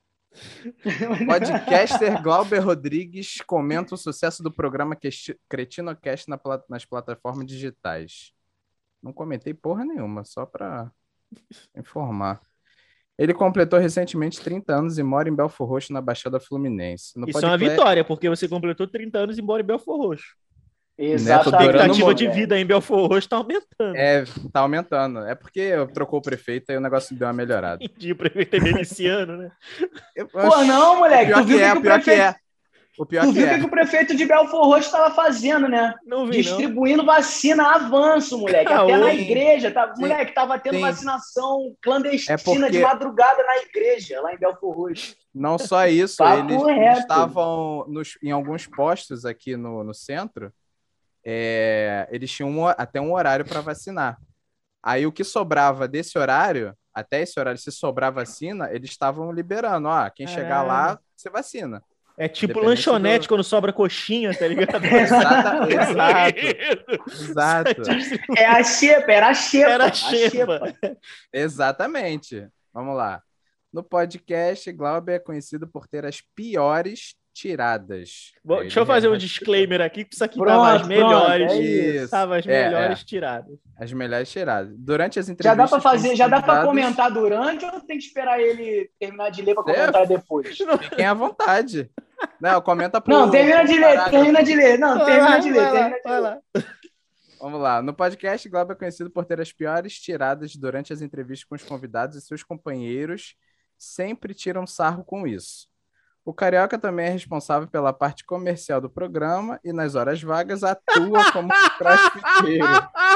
Podcaster Glauber Rodrigues comenta o sucesso do programa Questi- CretinoCast na pla- nas plataformas digitais. Não comentei porra nenhuma, só pra informar. Ele completou recentemente trinta anos e mora em Belford Roxo, na Baixada Fluminense. No Isso é uma podcast- vitória, porque você completou trinta anos e mora em Belford Roxo. A Exatamente. expectativa de velho. vida em Belfort Roxo tá aumentando. É, tá aumentando. É porque trocou o prefeito e o negócio deu uma melhorada. Entendi, o prefeito é miliciano, né? Eu- Pô, não, moleque. O pior Tu viu que o é, que o o pior que prefeito... é. O pior Tu que viu o que, é. que o prefeito de Belfort Roxo estava fazendo, né? Não vi, não. Distribuindo vacina a avanço, moleque. Ah, Até na sim. igreja. Tá... Sim. Moleque, tava tendo Sim. vacinação clandestina É porque- de madrugada na igreja, lá em Belfort Roxo. Não só isso, Papo eles, reto. eles estavam nos- em alguns postos aqui no, no centro, é, eles tinham um- até um horário para vacinar. Aí o que sobrava desse horário, até esse horário, se sobrar vacina, eles estavam liberando. Ó, quem chegar lá, você vacina. É tipo Independente lanchonete do- quando sobra coxinha, tá ligado? Exata, exato, exato. É a xepa, era a xepa. Era a xepa. Exatamente. Vamos lá. No podcast, Glauber é conhecido por ter as piores tiradas. Bom, Ele deixa eu fazer um é- disclaimer aqui, que isso aqui Pronto, tava as pronto, melhores. é isso. Tava as É, melhores é. tiradas. As melhores tiradas. Durante as Já entrevistas. dá pra fazer, com os já dá pra convidados, comentar durante ou tem que esperar ele terminar de ler pra É. comentar depois? Fiquem à vontade. Não, comenta pro. Não, termina de pro ler, parágrafo. termina de ler. Não, Vai termina lá, de ler, vai lá, termina de vai ler. lá. Vamos lá. No podcast, Glauber é conhecido por ter as piores tiradas durante as entrevistas com os convidados e seus companheiros sempre tiram sarro com isso. O Carioca também é responsável pela parte comercial do programa e nas horas vagas atua como crossfiteiro.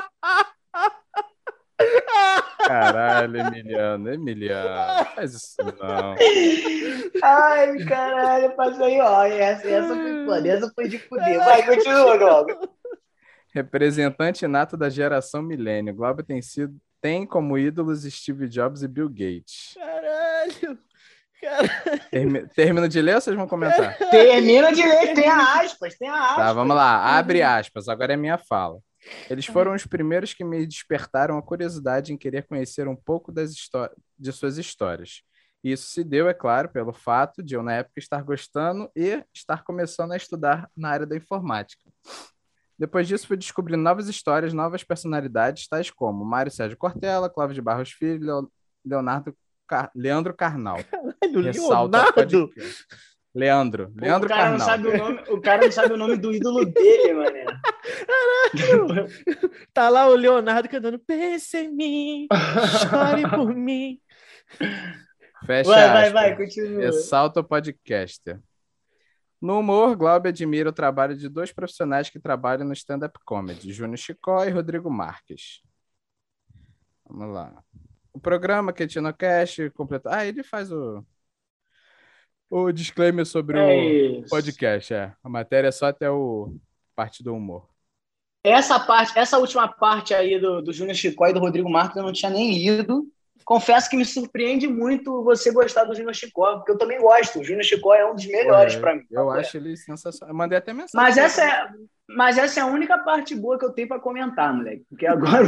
Caralho, Emiliano, Emiliano, faz isso não. Ai, caralho, passou aí, ó. Essa, essa foi foda, essa foi de fuder. Vai, continua, Glauber. Representante nato da geração milênio, Glauber tem sido tem como ídolos Steve Jobs e Bill Gates. Caralho. Caralho. Termi- Termino de ler ou vocês vão comentar? Termina de ler, tem a aspas, tem a aspas. Tá, vamos lá. Abre aspas. Agora é minha fala. Eles foram os primeiros que me despertaram a curiosidade em querer conhecer um pouco das histó- de suas histórias. E isso se deu, é claro, pelo fato de eu, na época, estar gostando e estar começando a estudar na área da informática. Depois disso, fui descobrindo novas histórias, novas personalidades, tais como Mário Sérgio Cortella, Cláudio de Barros Filho, Leo- Leonardo Car- Leandro Carnal. Caralho, Ressalta Leonardo. podcast. Leandro. Pô, Leandro o, cara não Carnal. sabe o, nome, o cara não sabe o nome do ídolo dele, mano. Tá lá o Leonardo cantando Pense em mim, chore por mim. Fecha Vai, vai, aspas. vai, continua. Ressalta o podcaster. No humor, Glauber admira o trabalho de dois profissionais que trabalham no stand-up comedy, Júnior Chicó e Rodrigo Marques. Vamos lá. O programa Cretinocast completou... Ah, ele faz o, o disclaimer sobre É o isso. podcast. É. A matéria é só até o parte do humor. Essa parte, essa última parte aí do, do Júnior Chicó e do Rodrigo Marques eu não tinha nem lido. Confesso que me surpreende muito você gostar do Júnior Chicó, porque eu também gosto. O Júnior Chicó é um dos melhores Porra, para mim. Eu acho ele sensacional. Eu mandei até mensagem. Mas essa é, mas essa é a única parte boa que eu tenho para comentar, moleque. Porque agora.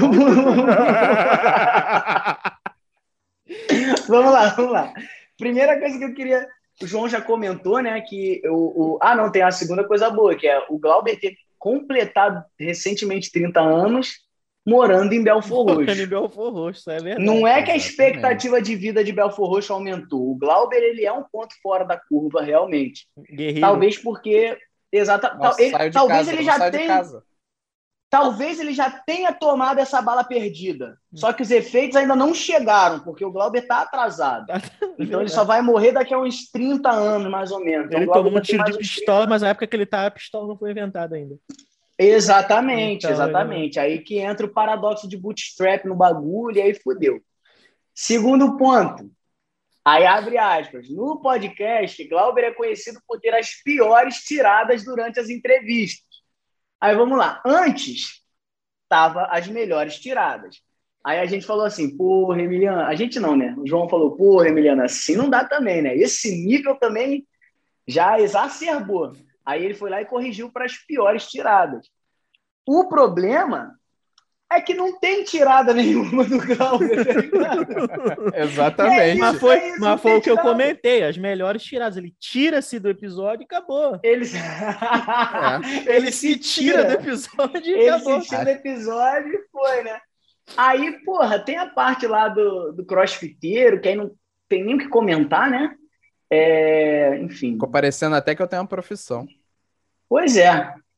Vamos lá, vamos lá. Primeira coisa que eu queria. O João já comentou, né? Que o, o... Ah, não, tem a segunda coisa boa, que é o Glauber ter completado recentemente trinta anos morando em Belfort Morando em Roxo. Belfort Roxo, isso é verdade. Não é que a Exatamente. expectativa de vida de Belfort Roxo aumentou. O Glauber, ele é um ponto fora da curva, realmente. Guerreiro. Talvez porque... Exata... Não tal- ele- saio de talvez casa, ele não já saio de tenha... casa. Talvez ele já tenha tomado essa bala perdida. Só que os efeitos ainda não chegaram, porque o Glauber está atrasado. Então ele só vai morrer daqui a uns trinta anos, mais ou menos. Então, Ele o Glauber tomou um vai ter tiro mais de uns pistola, mas na época que ele tava, a pistola não foi inventada ainda. Exatamente, Então, exatamente. Aí que entra o paradoxo de bootstrap no bagulho e aí fudeu. Segundo ponto, aí abre aspas. No podcast, Glauber é conhecido por ter as piores tiradas durante as entrevistas. Aí vamos lá. Antes, tava as melhores tiradas. Aí a gente falou assim, porra, Emiliano... A gente não, né? O João falou, porra, Emiliano, assim não dá também, né? Esse nível também já exacerbou. Aí ele foi lá e corrigiu para as piores tiradas. O problema é que não tem tirada nenhuma do Glauber, tá ligado? Exatamente. Mas Isso foi, aí, isso mas não foi tem o que eu tirada. comentei, as melhores tiradas. Ele tira-se do episódio e acabou. Ele, Ele se tira do episódio e Ele acabou. se tira do episódio e foi, né? Aí, porra, tem a parte lá do, do crossfiteiro, que aí não tem nem o que comentar, né? É, enfim. Ficou parecendo até que eu tenho uma profissão. Pois é.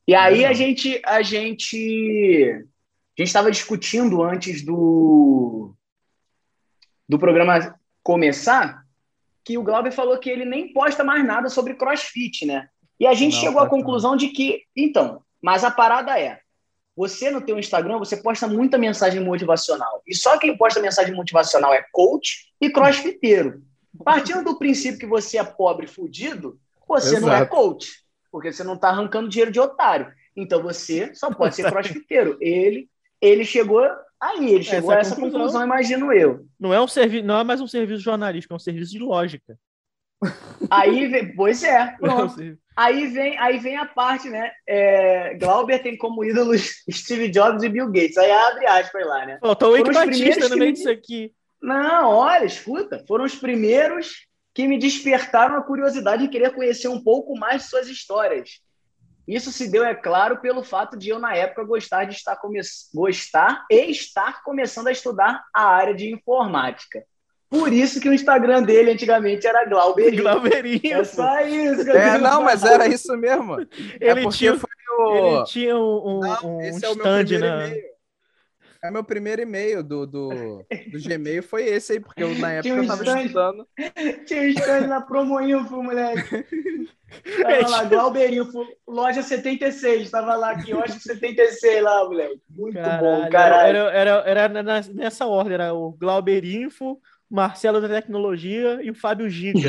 E aí Não. a gente a gente a gente estava discutindo antes do do programa começar que o Glauber falou que ele nem posta mais nada sobre CrossFit, né? E a gente Não, chegou à posta conclusão de que, então, mas a parada é, você no teu Instagram, você posta muita mensagem motivacional. E só quem posta mensagem motivacional é coach e crossfiteiro. Partindo do princípio que você é pobre e fudido, você não é Exato. coach, porque você não está arrancando dinheiro de otário. Então você só pode ser crossfiteiro. Ele, ele chegou aí, ele chegou Essa a essa conclusão. conclusão, imagino eu. Não é, um servi... não é mais um serviço jornalístico, é um serviço de lógica. Aí, vem- pois é, Não é um pronto. servi- Aí vem, aí vem a parte, né? É, Glauber tem como ídolos Steve Jobs e Bill Gates. Aí abre aspas lá, né? Faltou o Eike Foram os primeiros Batista no que meio me- disso aqui. Não, olha, escuta. Foram os primeiros que me despertaram a curiosidade de querer conhecer um pouco mais de suas histórias. Isso se deu, é claro, pelo fato de eu, na época, gostar de estar, come... gostar e estar começando a estudar a área de informática. Por isso que o Instagram dele antigamente era Glauberinho. Glauberinho. É só isso que eu É, queria não, mas falar. era isso mesmo. É Ele porque tinha, foi o... ele tinha um, um, Não, um esse é o meu stand primeiro na... e-mail. É meu primeiro e-mail do, do, do Gmail, foi esse aí, porque eu, na época Tinha um eu tava stand. estudando. Tinha um stand na Promoinfo, moleque. Tava lá, Glauberinfo, loja setenta e seis. Tava lá, quiosque setenta e seis lá, moleque. Muito Caralho, bom, caralho. Era, era, era, na- nessa ordem, era o Glauberinfo, Marcelo da Tecnologia e o Fábio Giga.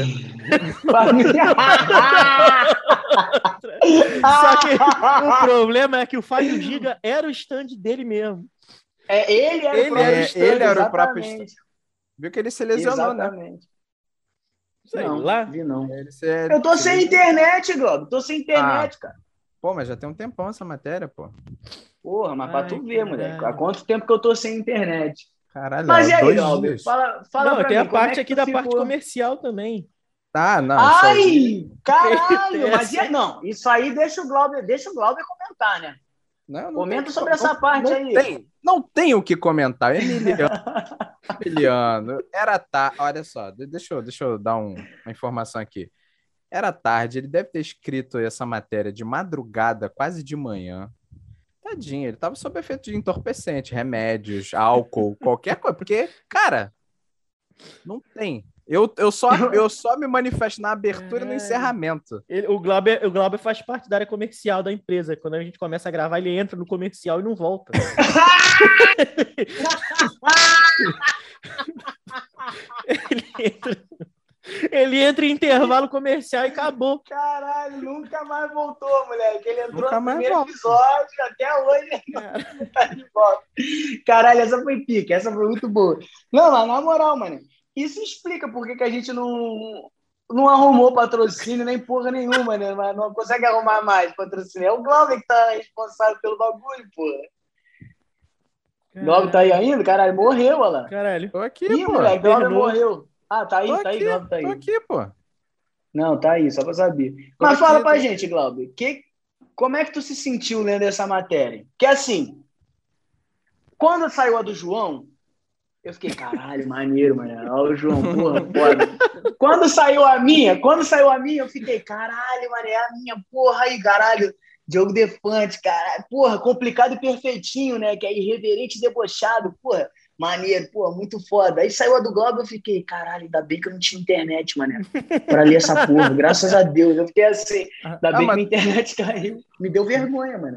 Só que o problema é que o Fábio Giga era o stand dele mesmo. É, ele era Ele o próprio é- stand, ele era o próprio exatamente. Viu que ele se lesionou, né? Exatamente. Sei Não, lá. vi não. Ele se- Eu tô se sem lesionou. internet, Globo. Tô sem internet, cara. Pô, mas já tem um tempão essa matéria, pô. Porra, mas pra Ai, tu ver, caralho. moleque. Há quanto tempo que eu tô sem internet? Caralho, Mas e há aí, dois Glauber? dias. Fala, fala Não, pra tem mim, a como é parte que aqui tu da ficou? parte comercial também. Ah, não, isso aí... Ai, caralho! Essa- Mas e- não, isso aí deixa o Glauber, deixa o Glauber comentar, né? Não, não Comenta tem- sobre não- essa parte não aí. Tem, não tem o que comentar. Emiliano, Emiliano, era tarde. Olha só, de- deixa eu, deixa eu dar um- uma informação aqui. Era tarde, ele deve ter escrito essa matéria de madrugada, quase de manhã. Tadinho, ele tava sob efeito de entorpecente, remédios, álcool, qualquer coisa. Porque, cara, não tem. Eu, eu, só, eu só me manifesto na abertura e no Caralho. encerramento. Ele- o, Glauber, o Glauber faz parte da área comercial da empresa. Quando a gente começa a gravar, ele entra no comercial e não volta. ele, entra, ele entra em intervalo comercial e acabou. Caralho, nunca mais voltou, moleque. Ele entrou Nunca no mais primeiro volta. episódio, até hoje ele não tá de volta. Caralho, essa foi pica, essa foi muito boa. Não, mas na moral, mano, isso explica por que que a gente não, não arrumou patrocínio nem porra nenhuma, né? Mas não consegue arrumar mais patrocínio. É o Glauber que tá responsável pelo bagulho, porra. O Glauber tá aí ainda? Caralho, morreu, olha lá. Caralho. Tô aqui, Ih, pô. moleque, o Glauber Terminou. morreu. Ah, tá aí, Tô tá aí, aqui, Glauber tá aí. tô aqui, pô. Não, tá aí, só pra saber. Tô Mas aqui, fala tô pra aqui. gente, Glauber, que, como é que tu se sentiu lendo essa matéria? Que assim, quando saiu a do João, eu fiquei, caralho, maneiro, mano. Olha o João, porra, foda. Quando saiu a minha, quando saiu a minha, eu fiquei, caralho, mano, é a minha, porra aí, caralho. Diogo Defante, caralho, porra, complicado e perfeitinho, né? Que é irreverente e debochado, porra. Maneiro, pô, muito foda. Aí saiu a do Globo, eu fiquei, caralho, ainda bem que eu não tinha internet, mané, pra ler essa porra, graças a Deus. Eu fiquei assim, ainda Ah, bem mas- que minha internet caiu. Me deu vergonha, mano.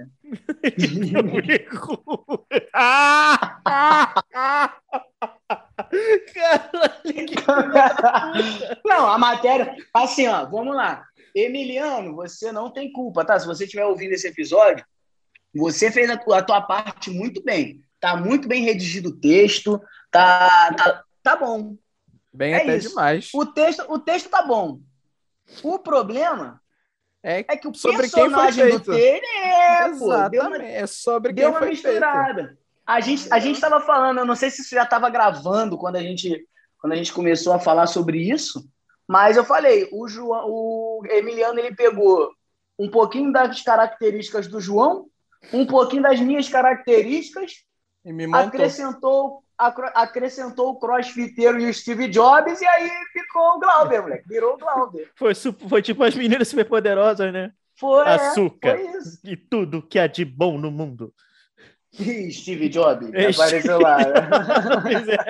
ah, ah, ah. Caralho, que Não, a matéria, assim, ó, vamos lá. Emiliano, você não tem culpa, tá? Se você estiver ouvindo esse episódio, você fez a tua, a tua parte muito bem. Tá muito bem redigido o texto, tá, tá, tá bom. Bem É até isso. demais. O texto, o texto tá bom. O problema É é que o sobre quem foi personagem do feito. texto é, pô, deu uma, Exatamente. É sobre deu quem uma foi feito. misturada. A gente, a gente tava falando, eu não sei se isso já estava gravando quando a, gente, quando a gente começou a falar sobre isso, mas eu falei, o, João, o Emiliano ele pegou um pouquinho das características do João, um pouquinho das minhas características, E me montou. acrescentou, acro- acrescentou o crossfiteiro e o Steve Jobs, e aí ficou o Glauber, moleque. Virou o Glauber. Foi, su- foi tipo as meninas superpoderosas, né? Foi, é, açúcar foi isso. e tudo que há de bom no mundo. Ih, Steve Jobs, É, apareceu lá. Pois é.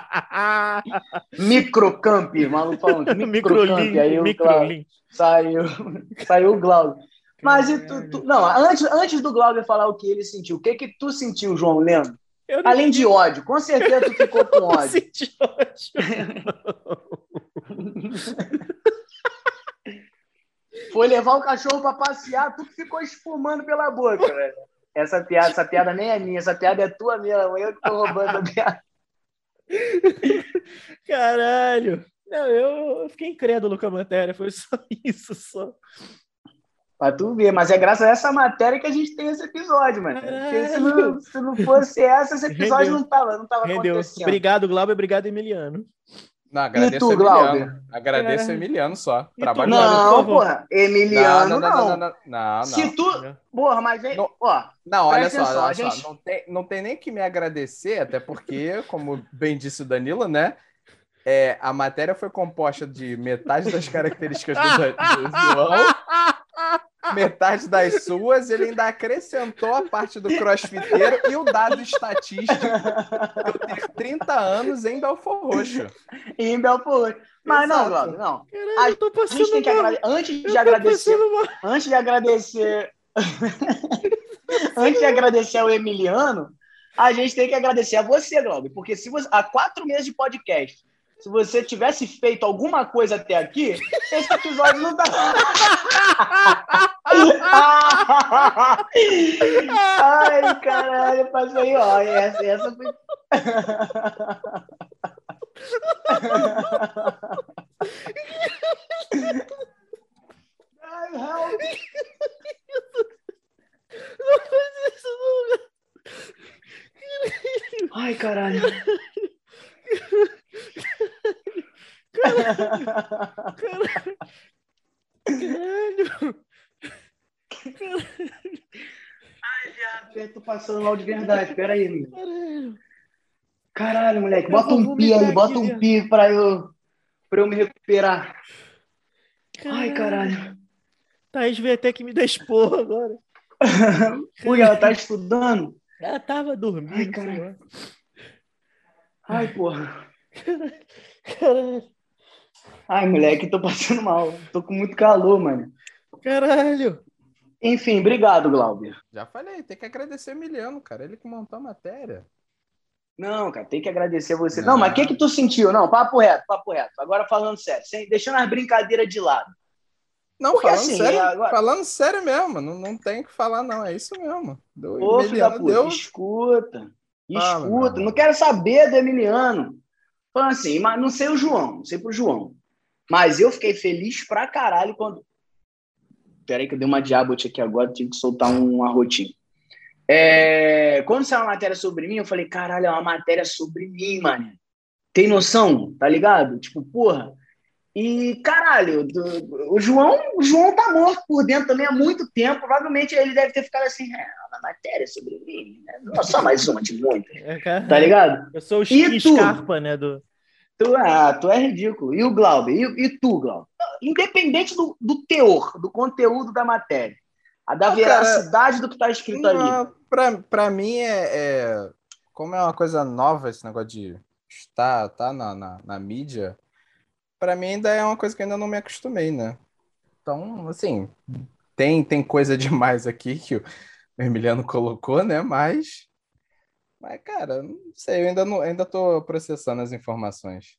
Microcamp, maluco falando. Microcamp, Microlink, aí o Glauber microlink. saiu, saiu o Glauber. Mas e tu, tu- não, antes, antes do Glauber falar o que ele sentiu, o que que tu sentiu, João Lendo? Eu não Além de ódio, com certeza tu ficou com ódio. senti ódio. Foi levar o cachorro pra passear, tu que ficou espumando pela boca, velho. Essa piada, essa piada nem é minha, essa piada é tua mesmo, eu que tô roubando a piada. Caralho. Não, eu, eu fiquei incrédulo com a matéria, foi só isso, só. Pra tu ver, mas é graças a essa matéria que a gente tem esse episódio, mano. Porque se não, se não fosse essa, esse episódio Rendeu. não tava, não tava Rendeu. acontecendo. Obrigado, Glauber, obrigado, Emiliano. Não, agradeço E tu, o Emiliano. Glauber? Agradeço o Caralho. Emiliano só. E tu, Trabalho Glauber, por Não, favor. porra, Emiliano, não, não, não. não, não, não, não. Se tu... Porra, mas vem... Não. Ó, Não, olha Presta só, atenção, olha a só, gente- não, tem, não tem nem que me agradecer, até porque, como bem disse o Danilo, né? É, a matéria foi composta de metade das características do, Da- do João, metade das suas, ele ainda acrescentou a parte do crossfiteiro e o dado estatístico de eu ter trinta anos em Belfor Roxo. em Belfort. Mas não, Exato. Glauber, não. Caralho, eu tô A passando gente tem que mal. agradecer... Antes Eu de tô agradecer... passando mal. Antes de agradecer... Antes de agradecer ao Emiliano, a gente tem que agradecer a você, Glauber, porque se você, há quatro meses de podcast, se você tivesse feito alguma coisa até aqui, esse episódio não tá. Ai, caralho, passei, ó. Essa, essa foi. Ai, help. Não faz isso, não. Ai, caralho. Caralho. Ai, viado, eu tô passando mal de verdade. Pera aí, meu. Caralho. Caralho, moleque. Eu Bota vou um pi vomitar aí, bota aqui, um viado. pi pra eu, pra eu me recuperar. Ai, caralho. Thaís veio até que me dar esporro agora. Ui, ela tá estudando? Ela tava dormindo. Ai, sei caralho. lá. Ai, porra. Caralho. Ai, moleque, tô passando mal. Tô com muito calor, mano. Caralho. Enfim, obrigado, Glauber. Já falei, tem que agradecer o Emiliano, cara. Ele que montou a matéria. Não, cara, tem que agradecer você. Não. Não, mas o que que tu sentiu? Não, papo reto, papo reto. Agora falando sério, sem, deixando as brincadeiras de lado. Não, Porque falando assim, sério, agora- falando sério mesmo. Não, não tem o que falar, não. É isso mesmo. Do Ô, filho da Emiliano puta, deu. escuta. Fala, meu Escuta. irmão. Não quero saber do Emiliano. Falando assim, mas não sei o João, não sei pro João. Mas eu fiquei feliz pra caralho quando... Peraí que eu dei uma diabote aqui agora, tive que soltar um arrotinho. É... Quando saiu uma matéria sobre mim, eu falei, caralho, é uma matéria sobre mim, mano. Tem noção? Tá ligado? Tipo, porra. E, caralho, do- o João, o João tá morto por dentro também há muito tempo. Provavelmente ele deve ter ficado assim, é, uma matéria sobre mim. Né? Não, só mais uma de muitas. É, cara. Tá ligado? Eu sou o E tu? Scarpa, né? Do... Tu, ah, tu é ridículo. E o Glauber? E, e tu, Glauber? Independente do, do teor, do conteúdo da matéria, a da Ah, veracidade do que tá escrito ali. Não, pra, pra mim é, é- Como é uma coisa nova esse negócio de estar tá na, na, na mídia, pra mim ainda é uma coisa que eu ainda não me acostumei, né? Então, assim, tem, tem coisa demais aqui que o Emiliano colocou, né? Mas, mas cara, não sei, eu ainda, não, ainda tô processando as informações.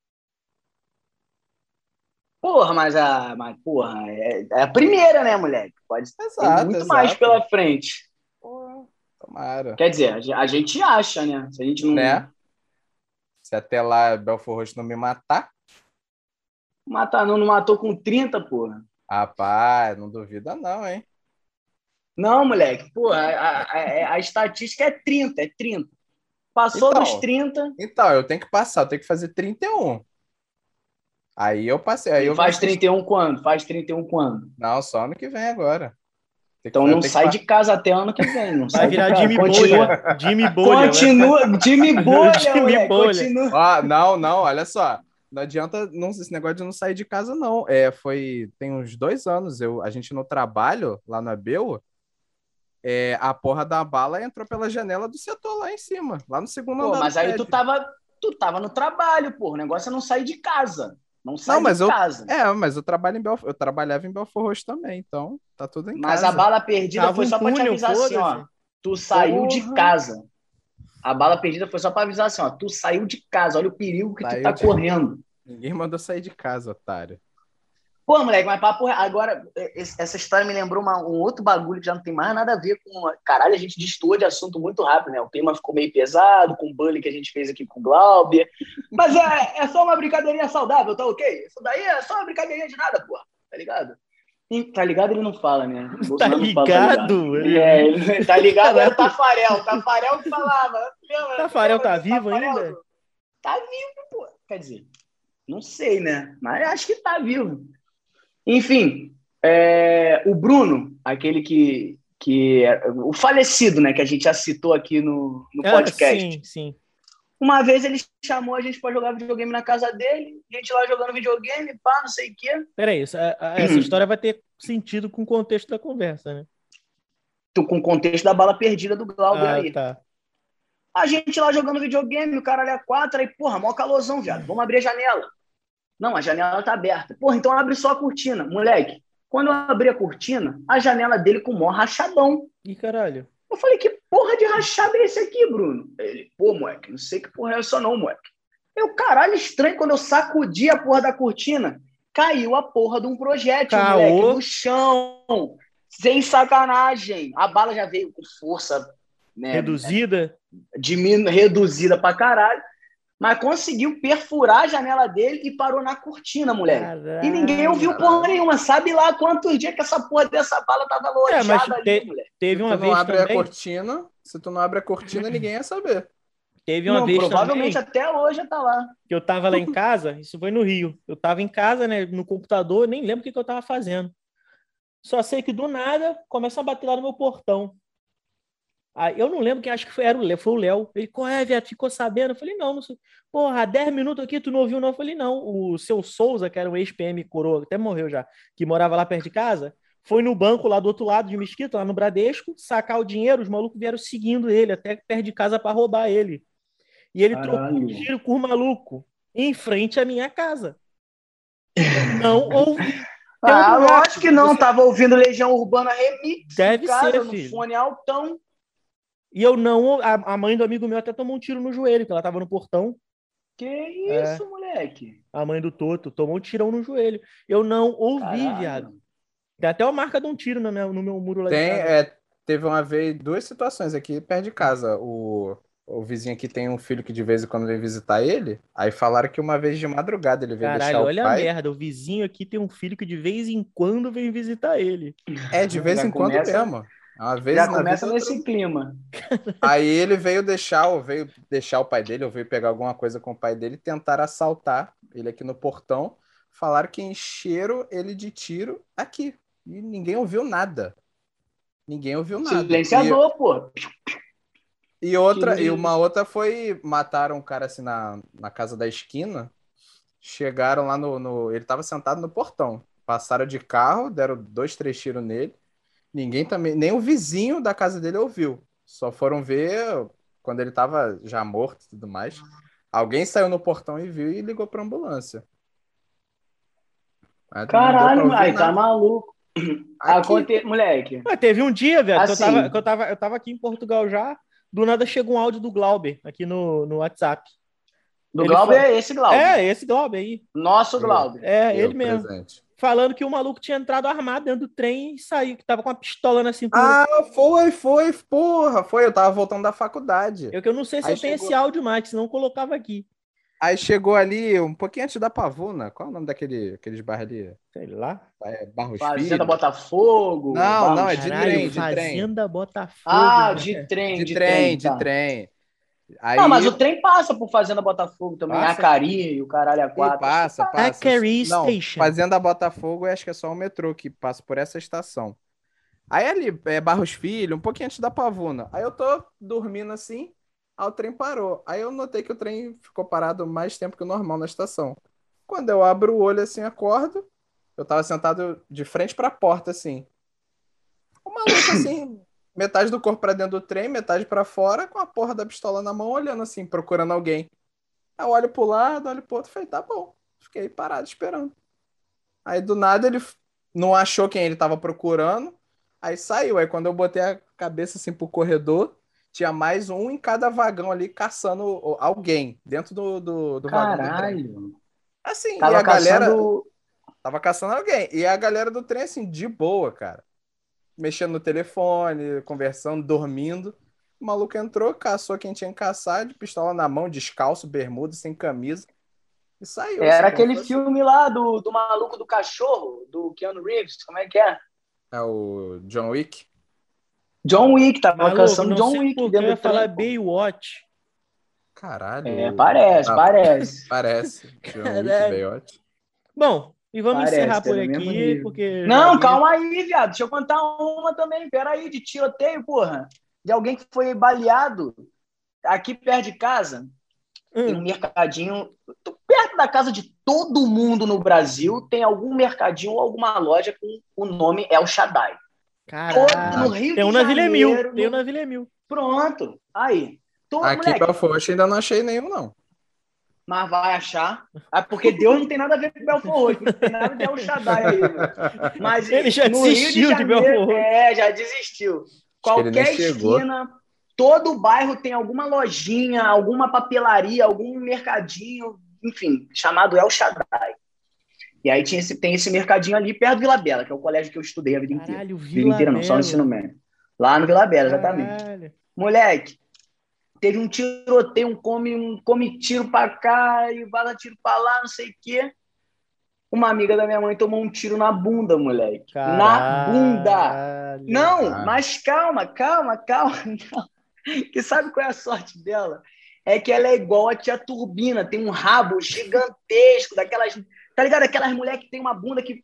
Porra, mas a, mas, porra, é, é a primeira, né, moleque? Pode ter Exato, muito exato. mais pela frente. Pô, tomara. Quer dizer, a, ge- a gente acha, né? Se a gente não Né? Se até lá Belfor Roxo não me matar, matar, não, não matou com trinta, porra. rapaz, não duvida não, hein? Não, moleque, porra, a, a, a- a estatística é trinta, é trinta. Passou Então. dos trinta, Então, eu tenho que passar, eu tenho que fazer trinta e um. Aí eu passei. Aí eu faz vou- trinta e um quando? Faz trinta e um quando? Não, só ano que vem agora. Tem que Então fa- não tem que sai fa- de casa até ano que vem. Não Vai sai de virar casa. Jimmy Continua, Bolha. Jimmy Bolha. continua, Jimmy Bolha, Jimmy moleque, Bolha. continua. Ó, não, não, olha só. não adianta não, esse negócio de não sair de casa, não. É, foi, tem uns dois anos, eu, a gente no trabalho, lá no Abel, é, a porra da bala entrou pela janela do setor lá em cima, lá no segundo Pô, andar mas do aí prédio. tu tava, tu tava no trabalho, pô. O negócio é não sair de casa. Não sai Não, mas de eu, casa. é, mas eu trabalho em Belfort, eu trabalhava em Belfort Roxo também, então tá tudo em Mas casa. a bala perdida Tava foi um só pra te túnel, avisar assim, ó. foda-se. Tu saiu de Porra. casa. A bala perdida foi só pra avisar assim, ó. Tu saiu de casa. Olha o perigo que tu Saiu tá de- correndo. Ninguém mandou sair de casa, otário. Pô, moleque, mas papo... Agora, esse- essa história me lembrou uma- um outro bagulho que já não tem mais nada a ver com... Caralho, a gente destoou de assunto muito rápido, né? O clima ficou meio pesado com o bullying que a gente fez aqui com o Glauber. Mas é, é só uma brincadeirinha saudável, tá ok? Isso daí é só uma brincadeirinha de nada, pô. Tá ligado? E, tá ligado? Ele não fala, né? O Bolsonaro não fala, ligado? Ele... É, ele... tá ligado? Era o Tafarel. Tafarel que falava. Lembra? Tafarel tá Lembra do vivo Tafarel? ainda? Tá vivo, pô. Quer dizer, não sei, né? Mas acho que tá vivo. Enfim, é, o Bruno, aquele que, que é, o falecido, né, que a gente já citou aqui no, no Ah, podcast. sim, sim. Uma vez ele chamou a gente para jogar videogame na casa dele, a gente lá jogando videogame, pá, não sei o quê. Peraí, essa, a- essa história vai ter sentido com o contexto da conversa, né? Tô com o contexto da bala perdida do Glauber Ah, aí. tá. A gente lá jogando videogame, o caralho é quatro, aí, porra, mó calorzão, viado, vamos abrir a janela. Não, a janela tá aberta. Porra, então abre só a cortina. Moleque, quando eu abri a cortina, a janela dele com o maior rachadão. Ih, caralho. Eu falei, que porra de rachada é esse aqui, Bruno? Ele, pô, moleque, não sei que porra é essa não, moleque. Eu, caralho, estranho, quando eu sacudi a porra da cortina, caiu a porra de um projétil, Caô. moleque, no chão. Sem sacanagem. A bala já veio com força, né? Reduzida? Diminu... reduzida pra caralho. Mas conseguiu perfurar a janela dele e parou na cortina, moleque. Caralho. E ninguém ouviu porra nenhuma. Sabe lá quantos dias que essa porra dessa bala tava É, alojada mas ali, te- moleque. teve Se uma tu não vez abre também. a cortina, se tu não abre a cortina, ninguém ia saber. Teve uma Não, vez provavelmente também até hoje já tá lá. que eu tava lá em casa, isso foi no Rio. Eu tava em casa, né, no computador, nem lembro o que, que eu tava fazendo. Só sei que do nada começa a bater lá no meu portão. Aí, eu não lembro quem, acho que foi, era o Léo, foi o Léo. Ele, qual é, viado? Ficou sabendo? Eu falei, não, não sei. Porra, há dez minutos aqui, tu não ouviu, não? Eu falei, não. O seu Souza, que era um ex-P M coroa, até morreu já, que morava lá perto de casa, foi no banco lá do outro lado de Mesquita, lá no Bradesco, sacar o dinheiro, os malucos vieram seguindo ele, até perto de casa para roubar ele. E ele trocou um Caralho. tiro com o maluco em frente à minha casa. Não ouvi. Ah, um boato. lógico que não. Tava ouvindo Legião Urbana Remix Deve em casa, ser, no filho. fone altão. E eu não. A, a mãe do amigo meu até tomou um tiro no joelho, que ela tava no portão. Que É. isso, moleque? A mãe do Toto tomou um tirão no joelho. Eu não ouvi, Caralho. viado. Tem até uma marca de um tiro no meu, no meu muro lá Tem, de casa. é, teve uma vez, duas situações aqui perto de casa. O, o vizinho aqui tem um filho que de vez em quando vem visitar ele. Aí falaram que uma vez de madrugada ele veio Caralho, deixar o olha a pai. merda. O vizinho aqui tem um filho que de vez em quando vem visitar ele. É, de vez Já em quando começa- mesmo. Uma vez Já na começa vida, nesse clima. Aí ele veio deixar, ou veio deixar o pai dele, ou veio pegar alguma coisa com o pai dele, tentaram assaltar ele aqui no portão. Falaram que encheram ele de tiro aqui. E ninguém ouviu nada. Ninguém ouviu nada. Silenciador, pô. E, e outra, Tiro e de- uma outra foi, mataram um cara assim na, na casa da esquina. Chegaram lá no, no. Ele tava sentado no portão. Passaram de carro, deram dois, três tiros nele. Ninguém também, nem o vizinho da casa dele ouviu. Só foram ver quando ele tava já morto e tudo mais. Alguém saiu no portão e viu e ligou pra ambulância. Aí não deu pra Caralho, ouvir aí tá nada. maluco. Aqui, Aconte... Moleque. Mas teve um dia, velho, que, eu Assim. tava, que eu, tava, eu tava aqui em Portugal já. Do nada chegou um áudio do Glauber aqui no, no WhatsApp. Do Ele Glauber fala- é esse Glauber. É, esse Glauber aí. Nosso Glauber. É, eu ele mesmo. presente. Falando que o maluco tinha entrado armado dentro do trem e saiu, que tava com uma pistola na cintura. Ah, foi, foi, porra, foi. Eu tava voltando da faculdade. Eu que eu não sei se Aí eu tenho chegou- esse áudio mais, que senão eu colocava aqui. Aí chegou ali, um pouquinho antes da Pavuna. Qual é o nome daquele aqueles bairros ali? Sei lá. É, Barros Fazenda Filho? Botafogo. Não, Barros- não, é de Caralho, trem, de trem. Fazenda Botafogo. Ah, né? de trem, De de, trem, de tá. trem. Aí, Não, mas o trem passa por Fazenda Botafogo também. Passa? Acari, o caralho a Ih, quatro. passa, passa. Acari Não, Station. Fazenda Botafogo, eu acho que é só o metrô que passa por essa estação. Aí ali, é Barros Filho, um pouquinho antes da Pavuna. Aí eu tô dormindo assim, aí o trem parou. Aí eu notei que o trem ficou parado mais tempo que o normal na estação. Quando eu abro o olho assim, acordo, eu tava sentado de frente pra porta, assim. O maluco, assim, metade do corpo pra dentro do trem, metade pra fora, com a porra da pistola na mão, olhando assim, procurando alguém. Aí eu olho pro lado, olho pro outro, falei, tá bom. Fiquei parado esperando. Aí do nada ele f- não achou quem ele tava procurando, aí saiu. Aí quando eu botei a cabeça assim pro corredor, tinha mais um em cada vagão ali caçando o- alguém dentro do, do, do vagão do trem. Caralho. Assim, e Tava a galera caçando. tava caçando alguém. E a galera do trem, assim, de boa, cara. Mexendo no telefone, conversando, dormindo. O maluco entrou, caçou quem tinha que caçar, de pistola na mão, descalço, bermuda, sem camisa. E saiu, assim, Era como aquele fosse. filme lá do, do maluco do cachorro, do Keanu Reeves. Como é que é? É o John Wick. John Wick, tava Maluco, caçando não John sei Wick por que eu dentro ia do trem, falar pô. Baywatch. Caralho. É, parece, Ah, parece. parece. John Wick, Caralho. Baywatch. Bom, e vamos encerrar Parece, é por do mesmo aqui, nível. porque eu já Não, vi. calma aí, viado. Deixa eu contar uma também. Peraí, de tiroteio, porra. De alguém que foi baleado aqui perto de casa. Tem um Hum, mercadinho perto da casa de todo mundo no Brasil. Tem algum mercadinho ou alguma loja com o nome El Shaddai. Todo no caralho. Rio Tem um de na Vila Mil. Janeiro. Tem um no- na Vila Mil. Pronto. Aí. Todo, Aqui em moleque, Belfort Roxo ainda não achei nenhum, não. mas vai achar. Ah, porque Deus não tem nada a ver com Belfort Roxo, não tem nada a ver com El Shaddai aí, meu. Mas Ele já no Rio de desistiu de Janeiro, Belfort Roxo. é, já desistiu. Acho que ele nem Qualquer chegou. esquina, todo bairro tem alguma lojinha, alguma papelaria, algum mercadinho, enfim, chamado El Shaddai. E aí tinha esse, tem esse mercadinho ali perto do Vila Bela, que é o colégio que eu estudei a vida inteira. Caralho, Vida Vila inteira não, só no ensino Bela. médio. Lá no Vila Bela, exatamente. Caralho. Moleque, teve um tiroteio, um come, um come tiro pra cá e bala tiro pra lá, não sei o quê. Uma amiga da minha mãe tomou um tiro na bunda, moleque. Na bunda. Caralho. Não, Ah. mas calma, calma, calma. Não. Que sabe qual é a sorte dela? É que ela é igual a tia Turbina, tem um rabo gigantesco, daquelas. Tá ligado? Aquelas mulheres que tem uma bunda que,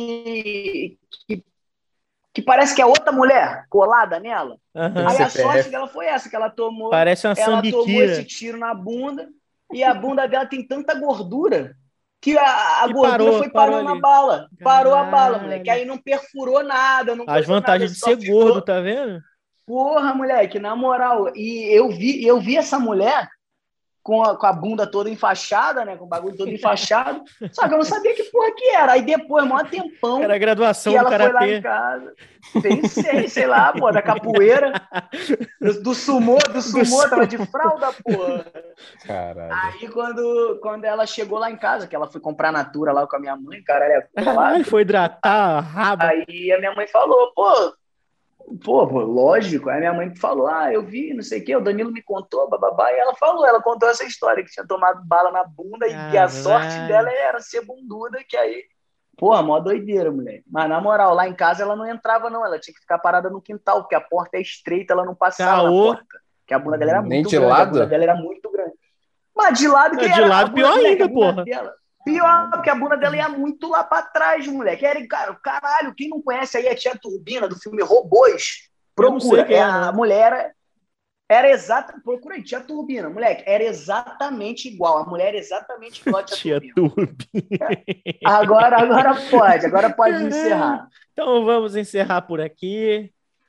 que, que, que parece que é outra mulher colada nela. Aham. Aí a C P F. sorte dela foi essa, que ela tomou, Parece uma ela tomou sambiquira. esse tiro na bunda e a bunda dela tem tanta gordura que a, a Que gordura parou, foi parou parando na ali. bala. Parou a bala, Caralho. moleque. Aí não perfurou nada, não As coisou vantagens nada, de só ser ficou- gordo, tá vendo? Porra, moleque, na moral. E eu vi, eu vi essa mulher com a, com a bunda toda enfaixada, né? Com o bagulho todo enfaixado. Só que eu não sabia que porra que era. Aí depois, maior tempão, Era a graduação que do ela foi lá karatê. em casa. Pensei, sei lá, pô, da capoeira, do, do sumô, do sumô, tava de fralda, porra. Caralho. Aí quando, quando ela chegou lá em casa, que ela foi comprar Natura lá com a minha mãe, cara, é Caralho, quatro. foi hidratar a raba. Aí a minha mãe falou, pô, pô, pô, lógico. Aí minha mãe falou, ah, eu vi, não sei o quê, o Danilo me contou, bababá, e ela falou, ela contou essa história, que tinha tomado bala na bunda e que a sorte Caralho. dela era ser bunduda, que aí, porra, mó doideira, moleque. Mas na moral, lá em casa ela não entrava não, ela tinha que ficar parada no quintal, porque a porta é estreita, ela não passava Caô. na porta, porque a bunda dela era Nem muito de grande, a lado? bunda dela era muito grande. Mas de lado que Não, de era, lado a bunda, pior moleque, ainda, a bunda porra. dela. Pior, porque a bunda dela ia muito lá pra trás, moleque. Era, cara, caralho, quem não conhece aí a tia Turbina do filme Robôs? Eu não sei Procura. quem é, É, a não. mulher era, era exata. Procura aí, tia Turbina, moleque. Era exatamente igual. A mulher era exatamente igual a tia, Tia Turbina. Turbi. Agora, agora pode, agora pode Caralho. encerrar. Então vamos encerrar por aqui.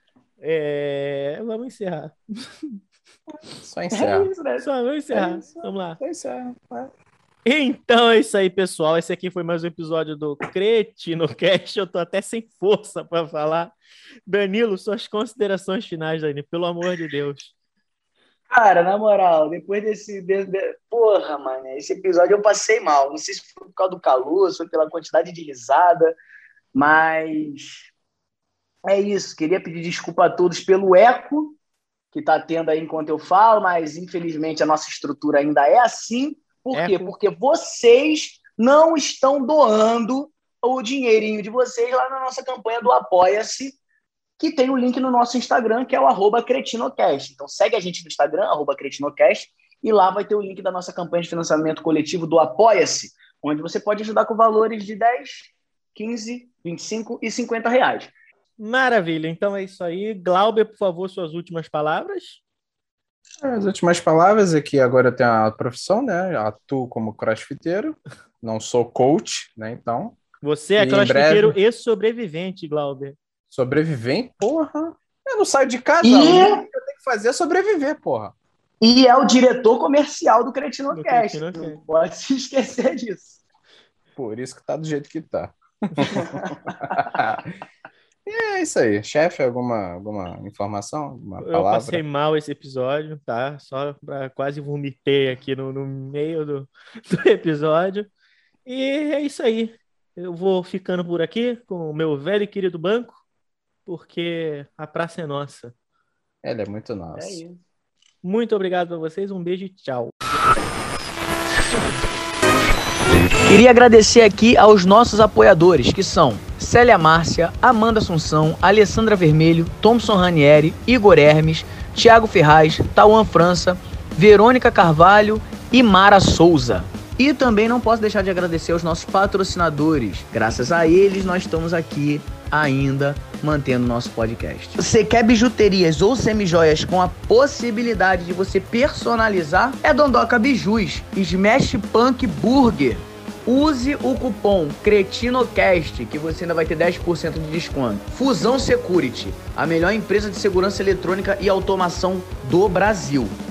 É, Vamos encerrar. Só É encerra. isso, né? Só vamos encerrar. É isso. Vamos lá. Só encerra. Vai. Então é isso aí, pessoal. Esse aqui foi mais um episódio do CretinoCast. Eu tô até sem força para falar. Danilo, suas considerações finais, Dani, pelo amor de Deus. Cara, na moral, depois desse, de- de- Porra, mano, esse episódio eu passei mal. Não sei se foi por causa do calor, se foi pela quantidade de risada, mas é isso. Queria pedir desculpa a todos pelo eco que tá tendo aí enquanto eu falo, mas infelizmente a nossa estrutura ainda é assim. Por quê? Eco. Porque vocês não estão doando o dinheirinho de vocês lá na nossa campanha do Apoia-se, que tem o link no nosso Instagram, que é o arroba cretinocast. Então segue a gente no Instagram, arroba cretinocast, e lá vai ter o link da nossa campanha de financiamento coletivo do Apoia-se, onde você pode ajudar com valores de dez, quinze, vinte e cinco e cinquenta reais. Maravilha. Então é isso aí. Glauber, por favor, suas últimas palavras. As últimas palavras aqui, agora eu tenho a profissão, né? Atuo como crossfiteiro, não sou coach, né? Então, Você é E em crossfiteiro breve- e sobrevivente, Glauber. sobrevivente, porra. Eu não saio de casa, E- o único que eu tenho que fazer é sobreviver, porra. E é o diretor comercial do CretinoCast. Do CretinoCast. Não pode se esquecer disso. Por isso que tá do jeito que tá. E é isso aí. Chefe, alguma, alguma informação? Alguma Eu palavra? passei mal esse episódio, tá? Só pra, quase vomitei aqui no, no meio do, do episódio. E é isso aí. Eu vou ficando por aqui com o meu velho e querido banco, porque a praça é nossa. Ele é muito nosso. É isso. Muito obrigado a vocês, um beijo e tchau. Queria agradecer aqui aos nossos apoiadores, que são Célia Márcia, Amanda Assunção, Alessandra Vermelho, Thompson Ranieri, Igor Hermes, Thiago Ferraz, Tauan França, Verônica Carvalho e Mara Souza. E também não posso deixar de agradecer aos nossos patrocinadores. Graças a eles, nós estamos aqui ainda mantendo nosso podcast. Você quer bijuterias ou semijoias com a possibilidade de você personalizar? É Dondoca Bijus, Smash Punk Burger. Use o cupom CretinoCast, que você ainda vai ter dez por cento de desconto. Fusão Security, a melhor empresa de segurança eletrônica e automação do Brasil.